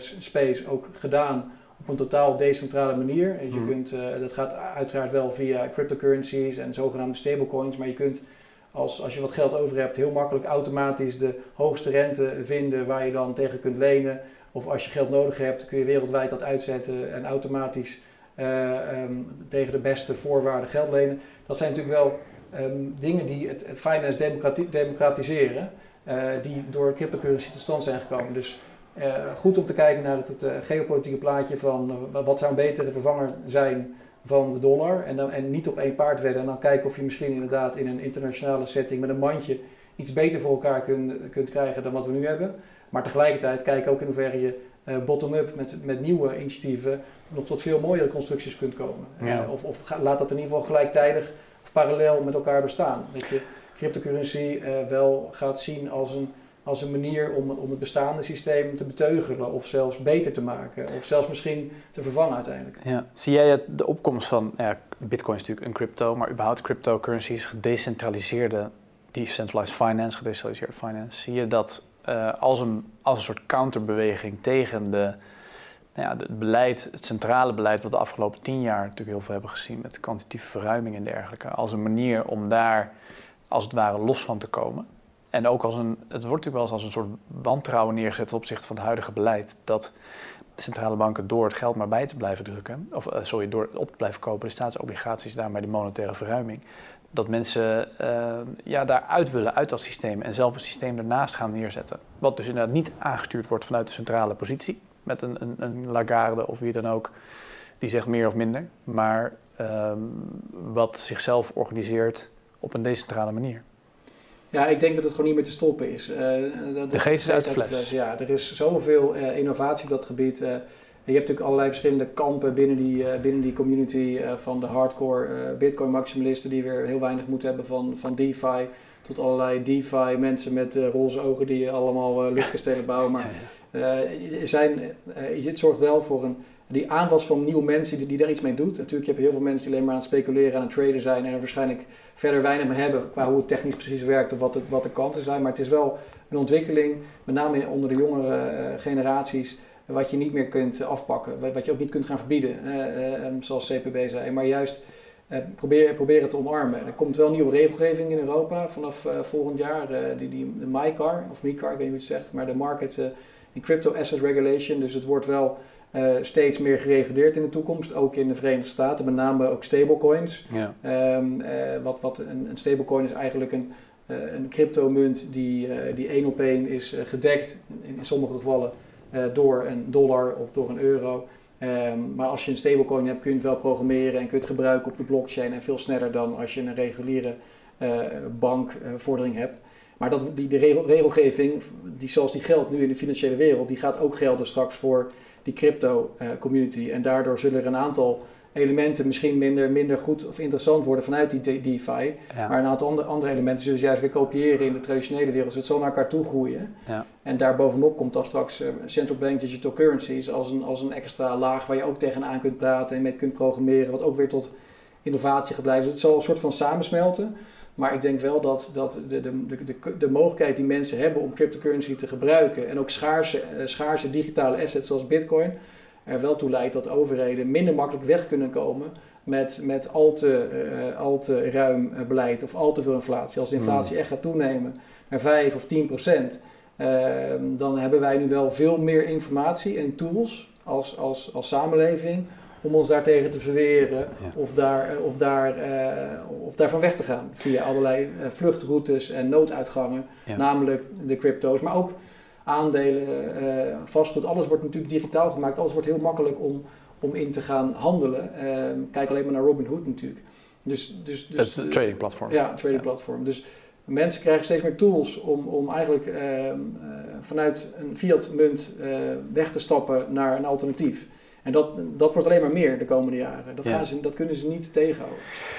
space ook gedaan op een totaal decentrale manier. Dus je mm. kunt, uh, dat gaat uiteraard wel via cryptocurrencies en zogenaamde stablecoins, maar je kunt als, als je wat geld over hebt heel makkelijk automatisch de hoogste rente vinden waar je dan tegen kunt lenen. Of als je geld nodig hebt kun je wereldwijd dat uitzetten en automatisch Uh, um, tegen de beste voorwaarden geld lenen. Dat zijn natuurlijk wel um, dingen die het, het finance democrati- democratiseren, uh, die door cryptocurrency tot stand zijn gekomen. Dus uh, goed om te kijken naar het, het uh, geopolitieke plaatje van uh, wat zou een betere vervanger zijn van de dollar. En, dan, en niet op één paard wedden en dan kijken of je misschien inderdaad in een internationale setting met een mandje iets beter voor elkaar kunt, kunt krijgen dan wat we nu hebben. Maar tegelijkertijd kijken ook in hoeverre je uh, bottom-up met, met nieuwe initiatieven nog tot veel mooiere constructies kunt komen. Ja. Uh, of, of ga, laat dat in ieder geval gelijktijdig of parallel met elkaar bestaan. Dat je cryptocurrency uh, wel gaat zien als een, als een manier om, om het bestaande systeem te beteugelen of zelfs beter te maken. Of zelfs misschien te vervangen uiteindelijk. Ja. Zie jij het, de opkomst van, ja, Bitcoin is natuurlijk een crypto, maar überhaupt cryptocurrencies, gedecentraliseerde, decentralized finance, gedecentraliseerde finance, zie je dat uh, als, een, als een soort counterbeweging tegen de Nou ja, het beleid, het centrale beleid wat we de afgelopen tien jaar natuurlijk heel veel hebben gezien met kwantitatieve verruiming en dergelijke, als een manier om daar als het ware los van te komen. En ook als een, het wordt natuurlijk wel eens als een soort wantrouwen neergezet ten opzichte van het huidige beleid, dat de centrale banken door het geld maar bij te blijven drukken, of uh, sorry, door op te blijven kopen, de staatsobligaties, daarmee de monetaire verruiming, dat mensen uh, ja, daaruit willen, uit dat systeem en zelf een systeem ernaast gaan neerzetten. Wat dus inderdaad niet aangestuurd wordt vanuit de centrale positie, met een, een, een Lagarde of wie dan ook, die zegt meer of minder, maar um, wat zichzelf organiseert op een decentrale manier. Ja, ik denk dat het gewoon niet meer te stoppen is. Uh, dat, de geest is uit de fles. fles. Ja, er is zoveel uh, innovatie op dat gebied. Uh, je hebt natuurlijk allerlei verschillende kampen binnen die, uh, binnen die community uh, van de hardcore uh, Bitcoin-maximalisten die weer heel weinig moeten hebben van, van DeFi, tot allerlei DeFi mensen met uh, roze ogen die allemaal uh, luchtkastelen bouwen. Maar ja, ja. Uh, zijn, uh, het zorgt wel voor een die aanwas van nieuwe mensen die, die daar iets mee doet. Natuurlijk heb je heel veel mensen die alleen maar aan het speculeren, aan het traden zijn en er waarschijnlijk verder weinig mee hebben qua hoe het technisch precies werkt of wat de, wat de kanten zijn. Maar het is wel een ontwikkeling, met name onder de jongere uh, generaties, wat je niet meer kunt afpakken, wat, wat je ook niet kunt gaan verbieden, uh, uh, um, zoals C P B zei. Maar juist uh, probeer, probeer het te omarmen. Er komt wel nieuwe regelgeving in Europa vanaf uh, volgend jaar, uh, die, die, de MiCAR, of MiCAR, ik weet niet hoe je het zegt, maar de Market uh, in Crypto Asset Regulation. Dus het wordt wel Uh, steeds meer gereguleerd in de toekomst, ook in de Verenigde Staten, met name ook stablecoins. Ja. Um, uh, wat, wat een, een stablecoin is eigenlijk een, uh, een cryptomunt die, uh, die één op één is uh, gedekt, in, in sommige gevallen uh, door een dollar of door een euro. Um, maar als je een stablecoin hebt kun je het wel programmeren en kun je het gebruiken op de blockchain en veel sneller dan als je een reguliere uh, bankvordering uh, hebt. Maar dat, die, de regel, regelgeving, die, zoals die geldt nu in de financiële wereld, die gaat ook gelden straks voor die crypto uh, community. En daardoor zullen er een aantal elementen misschien minder, minder goed of interessant worden vanuit die de- DeFi. Ja. Maar een aantal andere, andere elementen zullen ze juist weer kopiëren in de traditionele wereld. Dus het zal naar elkaar toe groeien. Ja. En daarbovenop komt dan straks uh, central bank digital currencies als een, als een extra laag waar je ook tegenaan kunt praten en met kunt programmeren. Wat ook weer tot innovatie gaat leiden. Dus het zal een soort van samensmelten. Maar ik denk wel dat, dat de, de, de, de, de mogelijkheid die mensen hebben om cryptocurrency te gebruiken en ook schaarse, uh, schaarse digitale assets zoals Bitcoin er wel toe leidt dat overheden minder makkelijk weg kunnen komen met, met al, te, uh, al te ruim uh, beleid of al te veel inflatie. Als de inflatie mm. echt gaat toenemen naar vijf of tien procent, uh, dan hebben wij nu wel veel meer informatie en tools als, als, als samenleving om ons daartegen te verweren ja. of, daar, of, daar, uh, of daarvan weg te gaan via allerlei uh, vluchtroutes en nooduitgangen, ja. namelijk de crypto's, maar ook aandelen, uh, vastgoed, alles wordt natuurlijk digitaal gemaakt, alles wordt heel makkelijk om, om in te gaan handelen. Uh, kijk alleen maar naar Robinhood natuurlijk. Dus, dus, dus het trading platform. Ja, trading ja. platform. Dus mensen krijgen steeds meer tools om, om eigenlijk uh, uh, vanuit een fiat munt uh, weg te stappen naar een alternatief. En dat, dat wordt alleen maar meer de komende jaren. Dat, gaan ja. ze, dat kunnen ze niet tegenhouden.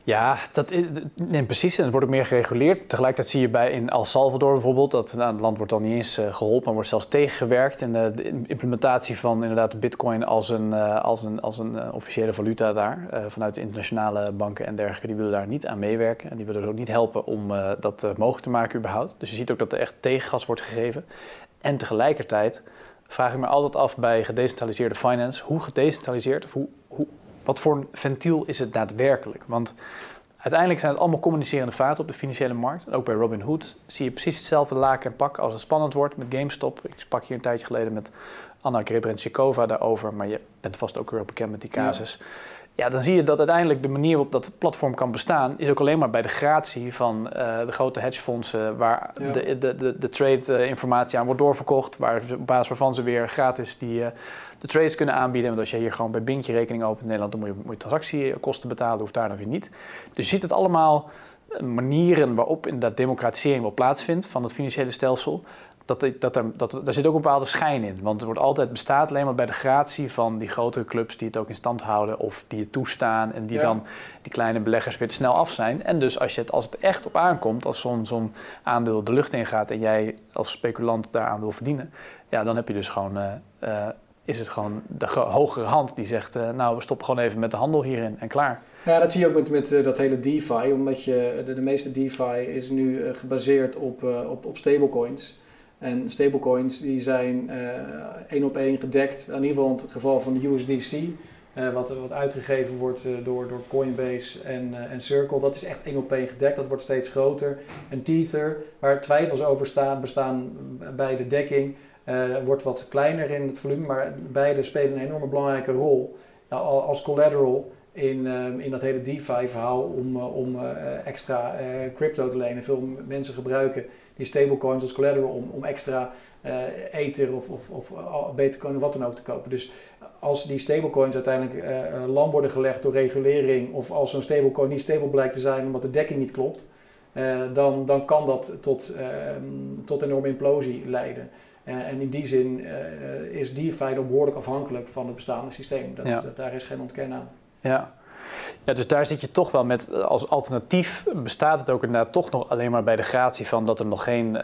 Ja, dat is, nee, precies. En het wordt ook meer gereguleerd. Tegelijkertijd zie je bij in El Salvador bijvoorbeeld dat nou, het land wordt dan niet eens uh, geholpen, maar wordt zelfs tegengewerkt. En uh, de implementatie van inderdaad de bitcoin als een, uh, als een, als een uh, officiële valuta daar, uh, vanuit de internationale banken en dergelijke, die willen daar niet aan meewerken. En die willen er ook niet helpen om uh, dat uh, mogelijk te maken überhaupt. Dus je ziet ook dat er echt tegengas wordt gegeven. En tegelijkertijd vraag ik me altijd af bij gedecentraliseerde finance, hoe gedecentraliseerd of hoe, hoe wat voor een ventiel is het daadwerkelijk? Want uiteindelijk zijn het allemaal communicerende vaten op de financiële markt. En ook bij Robinhood zie je precies hetzelfde laken en pak als het spannend wordt met GameStop. Ik sprak hier een tijdje geleden met Anna Grebenshikova daarover, maar je bent vast ook weer bekend met die casus. Ja. Ja, dan zie je dat uiteindelijk de manier waarop dat platform kan bestaan is ook alleen maar bij de gratie van uh, de grote hedgefondsen waar ja. de, de, de, de trade-informatie aan wordt doorverkocht, waar op basis waarvan ze weer gratis die uh, de trades kunnen aanbieden. Want als je hier gewoon bij Bink je rekening opent in Nederland, dan moet je, moet je transactiekosten betalen, hoeft daar dan weer niet. Dus je ziet het allemaal manieren waarop inderdaad democratisering wel plaatsvindt van het financiële stelsel. Dat, dat er, dat, daar zit ook een bepaalde schijn in. Want er wordt altijd bestaat alleen maar bij de gratie van die grotere clubs die het ook in stand houden of die het toestaan en die ja. dan die kleine beleggers weer te snel af zijn. En dus als, je het, als het echt op aankomt, als zo'n, zo'n aandeel de lucht ingaat en jij als speculant daaraan wil verdienen, ja, dan heb je dus gewoon, uh, uh, is het gewoon de ge- hogere hand die zegt, uh, nou we stoppen gewoon even met de handel hierin en klaar. Ja, dat zie je ook met, met uh, dat hele DeFi, omdat je, de, de meeste DeFi is nu uh, gebaseerd op, uh, op, op stablecoins. En stablecoins die zijn uh, één op één gedekt, in ieder geval in het geval van de U S D C, uh, wat, wat uitgegeven wordt uh, door, door Coinbase en, uh, en Circle. Dat is echt één op één gedekt, dat wordt steeds groter. En Tether, waar twijfels over staan, bestaan bij de dekking, uh, wordt wat kleiner in het volume, maar beide spelen een enorme belangrijke rol uh, als collateral in, uh, in dat hele DeFi-verhaal om, uh, om uh, extra uh, crypto te lenen. Veel mensen gebruiken die stablecoins als collateral om, om extra uh, Ether of, of, of Bitcoin of wat dan ook te kopen. Dus als die stablecoins uiteindelijk uh, lam worden gelegd door regulering of als zo'n stablecoin niet stable blijkt te zijn omdat de dekking niet klopt, uh, dan, dan kan dat tot, uh, tot enorme implosie leiden. Uh, en in die zin uh, is DeFi dan behoorlijk afhankelijk van het bestaande systeem. Dat, ja. dat, daar is geen ontkennen aan. Ja. Ja, dus daar zit je toch wel met, als alternatief bestaat het ook inderdaad toch nog alleen maar bij de gratie van dat er nog geen, uh,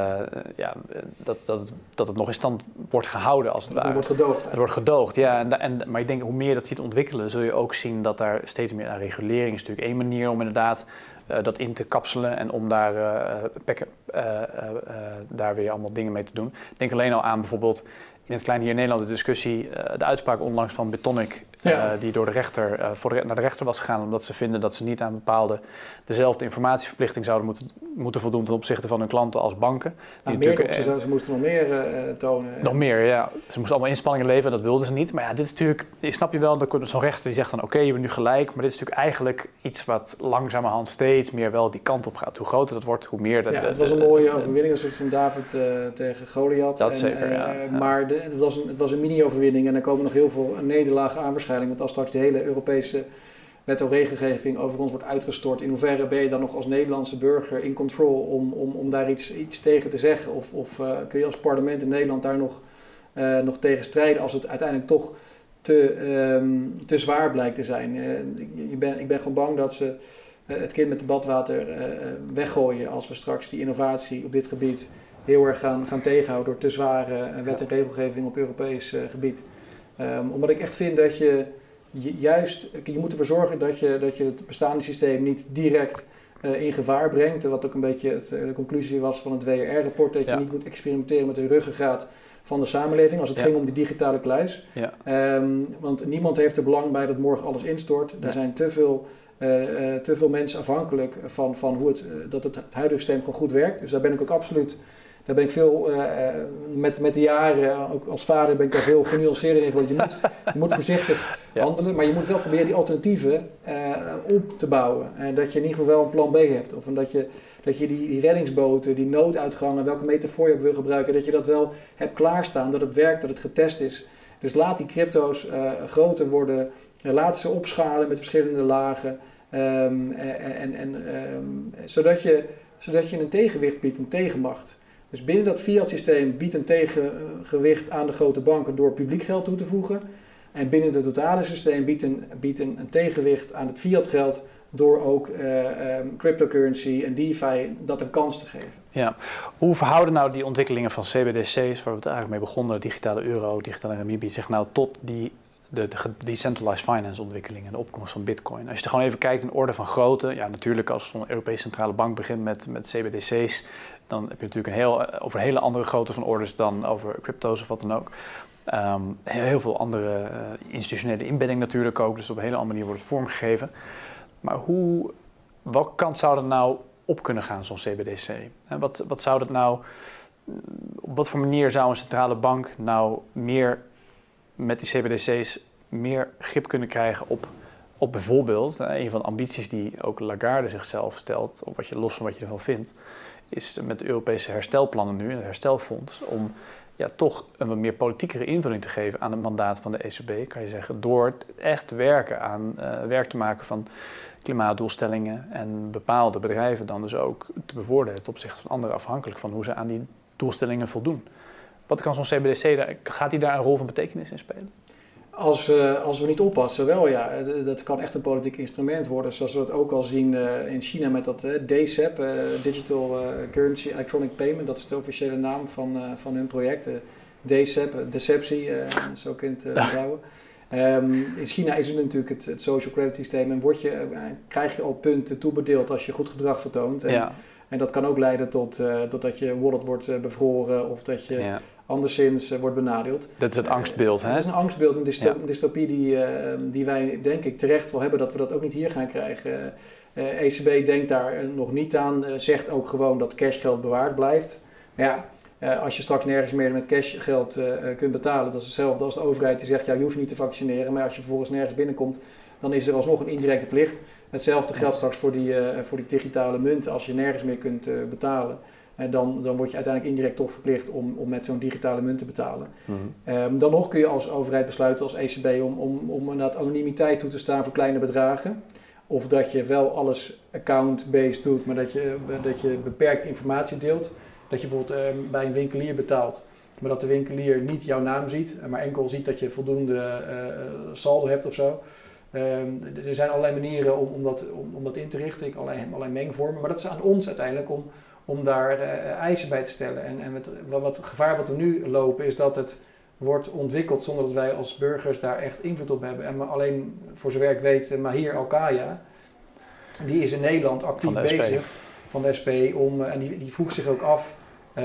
ja, dat, dat, het, dat het nog in stand wordt gehouden als het ware. Het wordt gedoogd. Het wordt gedoogd, ja. En, en, maar ik denk hoe meer je dat ziet ontwikkelen, zul je ook zien dat daar steeds meer aan regulering is natuurlijk één manier om inderdaad uh, dat in te kapselen en om daar, uh, pekken, uh, uh, uh, daar weer allemaal dingen mee te doen. Ik denk alleen al aan bijvoorbeeld in het kleine hier in Nederland de discussie, uh, de uitspraak onlangs van Bitonic, uh, ja. die door de rechter, uh, voor de, naar de rechter was gegaan omdat ze vinden dat ze niet aan bepaalde dezelfde informatieverplichting zouden moeten, moeten voldoen ten opzichte van hun klanten als banken. Nou, meer op, ze, ze moesten nog meer uh, tonen. Nog meer, ja. Ze moesten allemaal inspanningen leveren, dat wilden ze niet. Maar ja, dit is natuurlijk, snap je wel, zo'n rechter die zegt dan oké, okay, je bent nu gelijk, maar dit is natuurlijk eigenlijk iets wat langzamerhand steeds meer wel die kant op gaat. Hoe groter dat wordt, hoe meer... De, ja, het was een mooie overwinning, een soort van David uh, tegen Goliath. Dat en, zeker, ja. Uh, ja. Maar de, het, was een, het was een mini-overwinning en er komen nog heel veel nederlagen aan waarschijnlijk. Want als straks de hele Europese wet en regelgeving over ons wordt uitgestort, in hoeverre ben je dan nog als Nederlandse burger in control om, om, om daar iets, iets tegen te zeggen? Of, of uh, kun je als parlement in Nederland daar nog, uh, nog tegen strijden als het uiteindelijk toch te, um, te zwaar blijkt te zijn? Uh, ik, ben, ik ben gewoon bang dat ze uh, het kind met het badwater uh, weggooien als we straks die innovatie op dit gebied heel erg gaan, gaan tegenhouden door te zware wet en regelgeving op Europees uh, gebied. Um, omdat ik echt vind dat je, je juist, je moet ervoor zorgen dat je, dat je het bestaande systeem niet direct uh, in gevaar brengt. Wat ook een beetje het, de conclusie was van het W R R-rapport, dat je ja. niet moet experimenteren met de ruggengraat van de samenleving als het ja. ging om die digitale kluis. Ja. Um, want niemand heeft er belang bij dat morgen alles instort. Er ja. zijn te veel, uh, uh, te veel mensen afhankelijk van, van hoe het, uh, dat het, het huidige systeem gewoon goed werkt. Dus daar ben ik ook absoluut... Daar ben ik veel, uh, met, met de jaren, ook als vader ben ik daar veel genuanceerder in geworden. Je moet, je moet voorzichtig ja. handelen, maar je moet wel proberen die alternatieven uh, op te bouwen. Uh, dat je in ieder geval wel een plan B hebt. Of dat je, dat je die, die reddingsboten, die nooduitgangen, welke metafoor je ook wil gebruiken, dat je dat wel hebt klaarstaan, dat het werkt, dat het getest is. Dus laat die crypto's uh, groter worden, uh, laat ze opschalen met verschillende lagen. Um, en, en, en, um, zodat, je, zodat je een tegenwicht biedt, een tegenmacht. Dus binnen dat fiat-systeem biedt een tegengewicht aan de grote banken door publiek geld toe te voegen. En binnen het totale systeem biedt een, biedt een, een tegenwicht aan het fiat-geld door ook uh, um, cryptocurrency en DeFi dat een kans te geven. Ja, hoe verhouden nou die ontwikkelingen van C B D C's, waar we het eigenlijk mee begonnen, digitale euro, digitale renminbi, zich nou tot die de, de decentralized finance ontwikkelingen, de opkomst van Bitcoin? Als je er gewoon even kijkt in orde van grootte, ja natuurlijk als een Europese centrale bank begint met, met C B D C's, dan heb je natuurlijk een heel, over hele andere grootte van orders dan over crypto's of wat dan ook. Um, heel, heel veel andere uh, institutionele inbedding natuurlijk ook, dus op een hele andere manier wordt het vormgegeven. Maar hoe, welke kant zou dat nou op kunnen gaan, zo'n C B D C? En wat, wat zou dat nou, op wat voor manier zou een centrale bank nou meer met die C B D C's meer grip kunnen krijgen op, op bijvoorbeeld, uh, een van de ambities die ook Lagarde zichzelf stelt, op wat je los van wat je ervan vindt, is met de Europese herstelplannen nu, het herstelfonds, om ja, toch een wat meer politiekere invulling te geven aan het mandaat van de E C B, kan je zeggen, door echt te werken aan uh, werk te maken van klimaatdoelstellingen en bepaalde bedrijven dan dus ook te bevoordelen ten opzichte van anderen, afhankelijk van hoe ze aan die doelstellingen voldoen. Wat kan zo'n C B D C, daar, gaat die daar een rol van betekenis in spelen? Als, uh, als we niet oppassen, wel ja. Dat kan echt een politiek instrument worden. Zoals we het ook al zien uh, in China met dat uh, D C E P, uh, Digital uh, Currency Electronic Payment. Dat is de officiële naam van, uh, van hun project. Uh, D C E P, deceptie, uh, zo kunt het onthouden. Um, in China is het natuurlijk het, het social credit systeem en word je, uh, krijg je al punten toebedeeld als je goed gedrag vertoont. En, ja. en dat kan ook leiden tot, uh, tot dat je wallet wordt uh, bevroren of dat je ja. anderszins uh, wordt benadeeld. Dat is het angstbeeld, hè? Het is een angstbeeld, een, dysto- ja. een dystopie die, uh, die wij denk ik terecht wel hebben dat we dat ook niet hier gaan krijgen. Uh, E C B denkt daar nog niet aan, uh, zegt ook gewoon dat cashgeld bewaard blijft. Maar ja, Uh, als je straks nergens meer met cashgeld uh, kunt betalen, dat is hetzelfde als de overheid die zegt, ja, je hoeft niet te vaccineren, maar als je vervolgens nergens binnenkomt, dan is er alsnog een indirecte plicht. Hetzelfde geldt straks voor die, uh, voor die digitale munten. Als je nergens meer kunt uh, betalen, uh, dan, dan word je uiteindelijk indirect toch verplicht om, om met zo'n digitale munt te betalen. Mm-hmm. Um, dan nog kun je als overheid besluiten, als E C B, om, om, om inderdaad anonimiteit toe te staan voor kleine bedragen. Of dat je wel alles account-based doet, maar dat je, dat je beperkt informatie deelt. Dat je bijvoorbeeld uh, bij een winkelier betaalt, maar dat de winkelier niet jouw naam ziet, maar enkel ziet dat je voldoende uh, saldo hebt of zo. Uh, er zijn allerlei manieren om, om, dat, om, om dat in te richten, allerlei, allerlei mengvormen, maar dat is aan ons uiteindelijk om, om daar uh, eisen bij te stellen. En, en met, wat, wat het gevaar wat we nu lopen is dat het wordt ontwikkeld zonder dat wij als burgers daar echt invloed op hebben. En alleen voor zover ik weet, Mahir Alkaya, die is in Nederland actief van bezig. Van de S P, om, en die, die vroeg zich ook af, uh,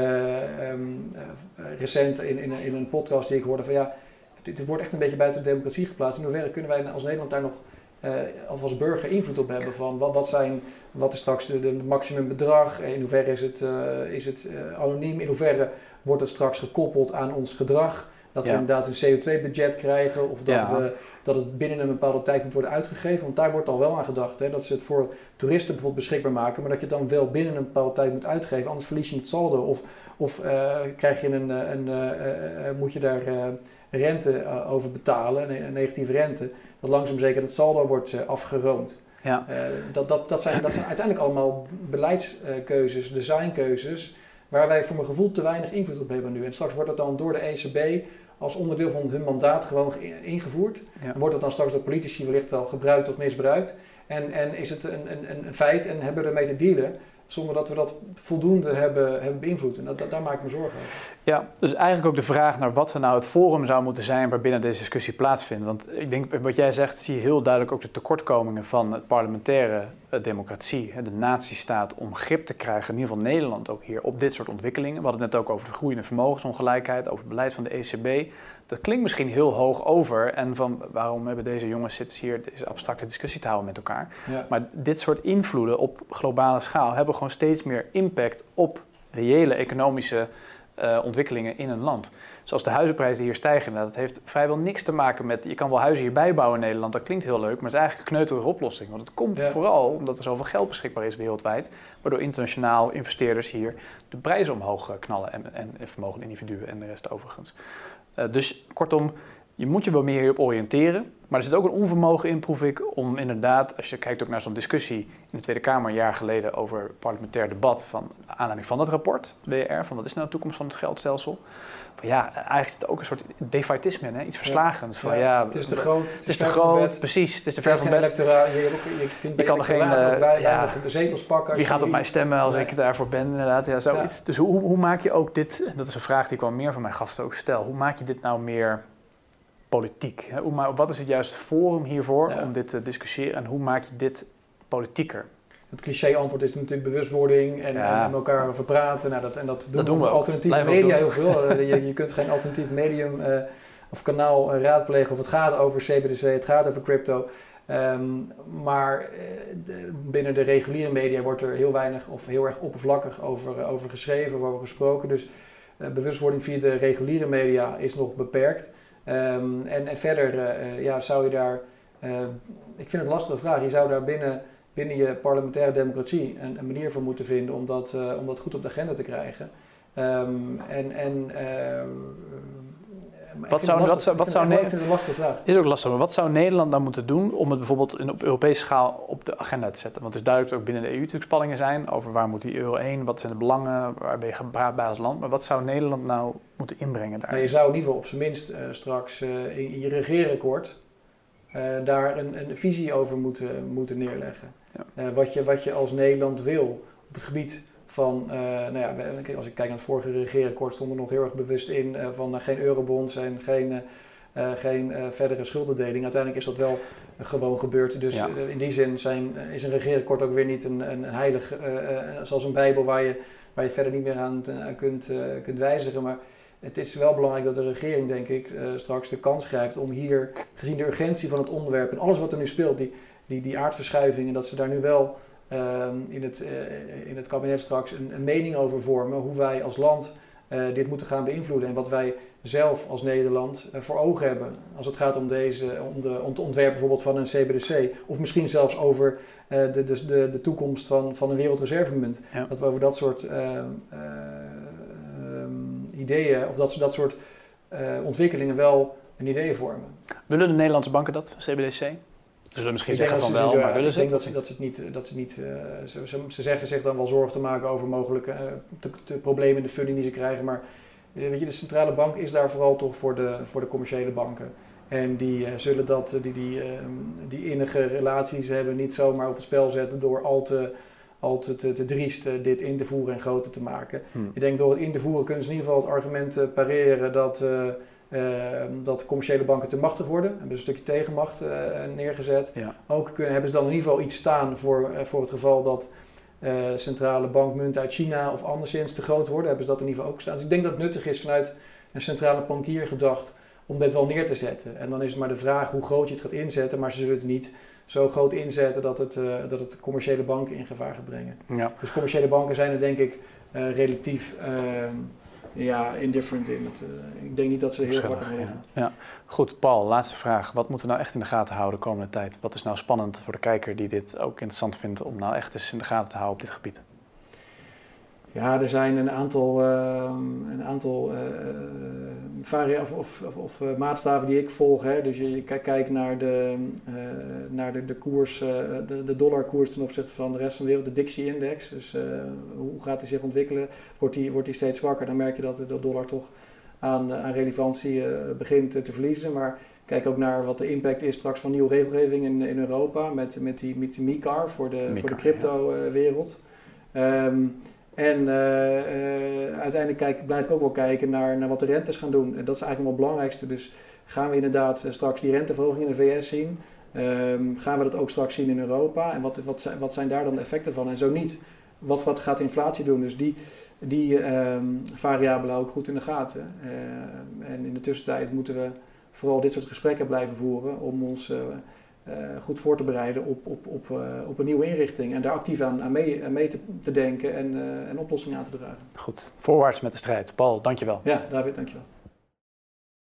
um, uh, recent in, in, in een podcast die ik hoorde, van ja, dit, dit wordt echt een beetje buiten de democratie geplaatst. In hoeverre kunnen wij als Nederland daar nog uh, als burger invloed op hebben van wat, wat, zijn, wat is straks de, de maximum bedrag, in hoeverre is het, uh, is het uh, anoniem, in hoeverre wordt het straks gekoppeld aan ons gedrag. Dat ja. we inderdaad een C O twee budget krijgen of dat, ja. we, dat het binnen een bepaalde tijd moet worden uitgegeven. Want daar wordt al wel aan gedacht. Hè, dat ze het voor toeristen bijvoorbeeld beschikbaar maken. Maar dat je het dan wel binnen een bepaalde tijd moet uitgeven. Anders verlies je het saldo. Of, of uh, krijg je een, een, uh, uh, moet je daar uh, rente uh, over betalen. Een, een negatieve rente. Dat langzaam zeker dat saldo wordt uh, afgeroomd. Ja. Uh, dat, dat, dat, zijn, dat zijn uiteindelijk allemaal beleidskeuzes, designkeuzes. Waar wij voor mijn gevoel te weinig invloed op hebben nu. En straks wordt dat dan door de E C B als onderdeel van hun mandaat gewoon ingevoerd. Ja. Wordt dat dan straks door politici wellicht wel gebruikt of misbruikt. En, en is het een, een, een feit en hebben we ermee te dealen zonder dat we dat voldoende hebben, hebben beïnvloed. En dat, dat, daar maak ik me zorgen over. Ja, dus eigenlijk ook de vraag naar wat er nou het forum zou moeten zijn waarbinnen deze discussie plaatsvindt. Want ik denk, wat jij zegt, zie je heel duidelijk ook de tekortkomingen van het parlementaire democratie. De natiestaat om grip te krijgen, in ieder geval Nederland ook hier, op dit soort ontwikkelingen. We hadden het net ook over de groeiende vermogensongelijkheid, over het beleid van de E C B. Dat klinkt misschien heel hoog over en van waarom hebben deze jongens zitten hier deze abstracte discussie te houden met elkaar. Ja. Maar dit soort invloeden op globale schaal hebben gewoon steeds meer impact op reële economische uh, ontwikkelingen in een land. Zoals de huizenprijzen hier stijgen, dat heeft vrijwel niks te maken met, je kan wel huizen hierbij bouwen in Nederland, dat klinkt heel leuk, maar het is eigenlijk een kneuterige oplossing. Want het komt ja. vooral omdat er zoveel geld beschikbaar is wereldwijd, waardoor internationaal investeerders hier de prijzen omhoog knallen en, en, en vermogen individuen en de rest overigens. Uh, dus kortom, je moet je wel meer hierop oriënteren. Maar er zit ook een onvermogen in, proef ik, om inderdaad, als je kijkt ook naar zo'n discussie in de Tweede Kamer een jaar geleden over parlementair debat van aanleiding van dat rapport, B R, van wat is nou de toekomst van het geldstelsel? Van ja, eigenlijk is het ook een soort defaitisme in, hè? Iets verslagends. Van, ja, ja, het is te groot, het is, het is te groot, precies, het is te ver van bed. Je, je, je kunt bij je kan er geen uh, wij, ja, zetels pakken. Als wie gaat die, op mij stemmen als nee. ik daarvoor ben, inderdaad. Ja, zoiets. Ja. Dus hoe, hoe maak je ook dit, en dat is een vraag die ik wel meer van mijn gasten ook stel, hoe maak je dit nou meer politiek? Hè? Hoe, wat is het juiste forum hiervoor ja. om dit te discussiëren en hoe maak je dit politieker? Het cliché-antwoord is natuurlijk bewustwording en, ja. en met elkaar over praten. Nou, dat, en dat doen, dat doen we we op alternatieve media heel veel. je, je kunt geen alternatief medium uh, of kanaal uh, raadplegen of het gaat over C B D C, het gaat over crypto. Um, maar uh, de, binnen de reguliere media wordt er heel weinig of heel erg oppervlakkig over, uh, over geschreven of over gesproken. Dus uh, bewustwording via de reguliere media is nog beperkt. Um, en, en verder uh, ja, zou je daar, uh, ik vind het een lastige vraag, je zou daar binnen... binnen je parlementaire democratie een, een manier voor moeten vinden om dat, uh, om dat goed op de agenda te krijgen. Um, en, en, uh, wat zou, wat zou, wat zou Nederland... Ik vind het een lastige vraag. Is ook lastig, maar wat zou Nederland nou moeten doen om het bijvoorbeeld in, op Europese schaal op de agenda te zetten? Want het is duidelijk dat ook binnen de E U natuurlijk spanningen zijn over waar moet die euro heen, wat zijn de belangen, waar ben je gebaat bij als land. Maar wat zou Nederland nou moeten inbrengen daar? Nou, je zou in ieder geval op zijn minst uh, straks uh, in, in je regeerakkoord uh, daar een, een visie over moeten, moeten neerleggen. Ja. Uh, wat, je, wat je als Nederland wil op het gebied van, uh, nou ja, als ik kijk naar het vorige regeerakkoord stond er nog heel erg bewust in uh, van uh, geen eurobonds en geen, uh, uh, geen uh, verdere schuldendeling. Uiteindelijk is dat wel uh, gewoon gebeurd. Dus ja. uh, in die zin zijn, uh, is een regeerakkoord ook weer niet een, een, een heilig, uh, uh, zoals een bijbel waar je, waar je verder niet meer aan, uh, aan kunt, uh, kunt wijzigen. Maar het is wel belangrijk dat de regering, denk ik, uh, straks de kans grijpt om hier, gezien de urgentie van het onderwerp en alles wat er nu speelt, die Die, die aardverschuivingen, dat ze daar nu wel uh, in, het, uh, in het kabinet straks een, een mening over vormen. Hoe wij als land uh, dit moeten gaan beïnvloeden. En wat wij zelf als Nederland uh, voor ogen hebben. Als het gaat om, deze, om, de, om het ontwerp bijvoorbeeld van een C B D C. Of misschien zelfs over uh, de, de, de, de toekomst van, van een wereldreservemunt. Ja. Dat we over dat soort uh, uh, um, ideeën of dat, dat soort uh, ontwikkelingen wel een idee vormen. Willen de Nederlandse banken dat, C B D C? Ze zullen misschien ik zeggen van wel, maar willen ik ze denk dat ze, dat ze het niet... Dat ze, niet uh, ze, ze, ze zeggen zich dan wel zorgen te maken over mogelijke uh, te, te problemen in de funding die ze krijgen. Maar uh, weet je, de centrale bank is daar vooral toch voor de, voor de commerciële banken. En die uh, zullen dat, die, die, uh, die innige relaties hebben niet zomaar op het spel zetten door al te, al te, te, te driest uh, dit in te voeren en groter te maken. Hmm. Ik denk door het in te voeren kunnen ze in ieder geval het argument uh, pareren dat... Uh, Uh, dat commerciële banken te machtig worden. Hebben ze een stukje tegenmacht uh, neergezet. Ja. Ook kunnen, hebben ze dan in ieder geval iets staan voor, uh, voor het geval dat uh, centrale bankmunten uit China of anderszins te groot worden. Hebben ze dat in ieder geval ook staan. Dus ik denk dat het nuttig is vanuit een centrale bankier gedacht om dit wel neer te zetten. En dan is het maar de vraag hoe groot je het gaat inzetten. Maar ze zullen het niet zo groot inzetten dat het, uh, dat het commerciële banken in gevaar gaat brengen. Ja. Dus commerciële banken zijn er denk ik uh, relatief... Uh, Ja, indifferent in het. Uh, ik denk niet dat ze heel hard gaan liggen. Ja. Ja. Goed, Paul, laatste vraag. Wat moeten we nou echt in de gaten houden de komende tijd? Wat is nou spannend voor de kijker die dit ook interessant vindt om nou echt eens in de gaten te houden op dit gebied? Ja, er zijn een aantal, uh, een aantal uh, varia- of, of, of, of uh, maatstaven die ik volg. Hè. Dus je, je kijkt naar de, uh, naar de, de koers, uh, de, de dollarkoers ten opzichte van de rest van de wereld, de Dixie-index. Dus uh, hoe gaat die zich ontwikkelen? Wordt die, wordt die steeds zwakker? Dan merk je dat de dollar toch aan, aan relevantie uh, begint uh, te verliezen. Maar kijk ook naar wat de impact is straks van nieuwe regelgeving in, in Europa met, met die, met die MiCAR voor de, MiCAR, voor de crypto-wereld. Ja. Um, En uh, uh, uiteindelijk kijk, blijf ik ook wel kijken naar, naar wat de rentes gaan doen. En dat is eigenlijk wel het belangrijkste. Dus gaan we inderdaad straks die renteverhoging in de V S zien? Um, gaan we dat ook straks zien in Europa? En wat, wat, zijn, wat zijn daar dan de effecten van? En zo niet, wat, wat gaat inflatie doen? Dus die, die um, variabelen ook goed in de gaten. Uh, en in de tussentijd moeten we vooral dit soort gesprekken blijven voeren om ons... Uh, Uh, goed voor te bereiden op, op, op, uh, op een nieuwe inrichting en daar actief aan, aan mee, aan mee te, te denken en, uh, en oplossingen aan te dragen. Goed, voorwaarts met de strijd. Paul, dankjewel. Ja, David, dankjewel.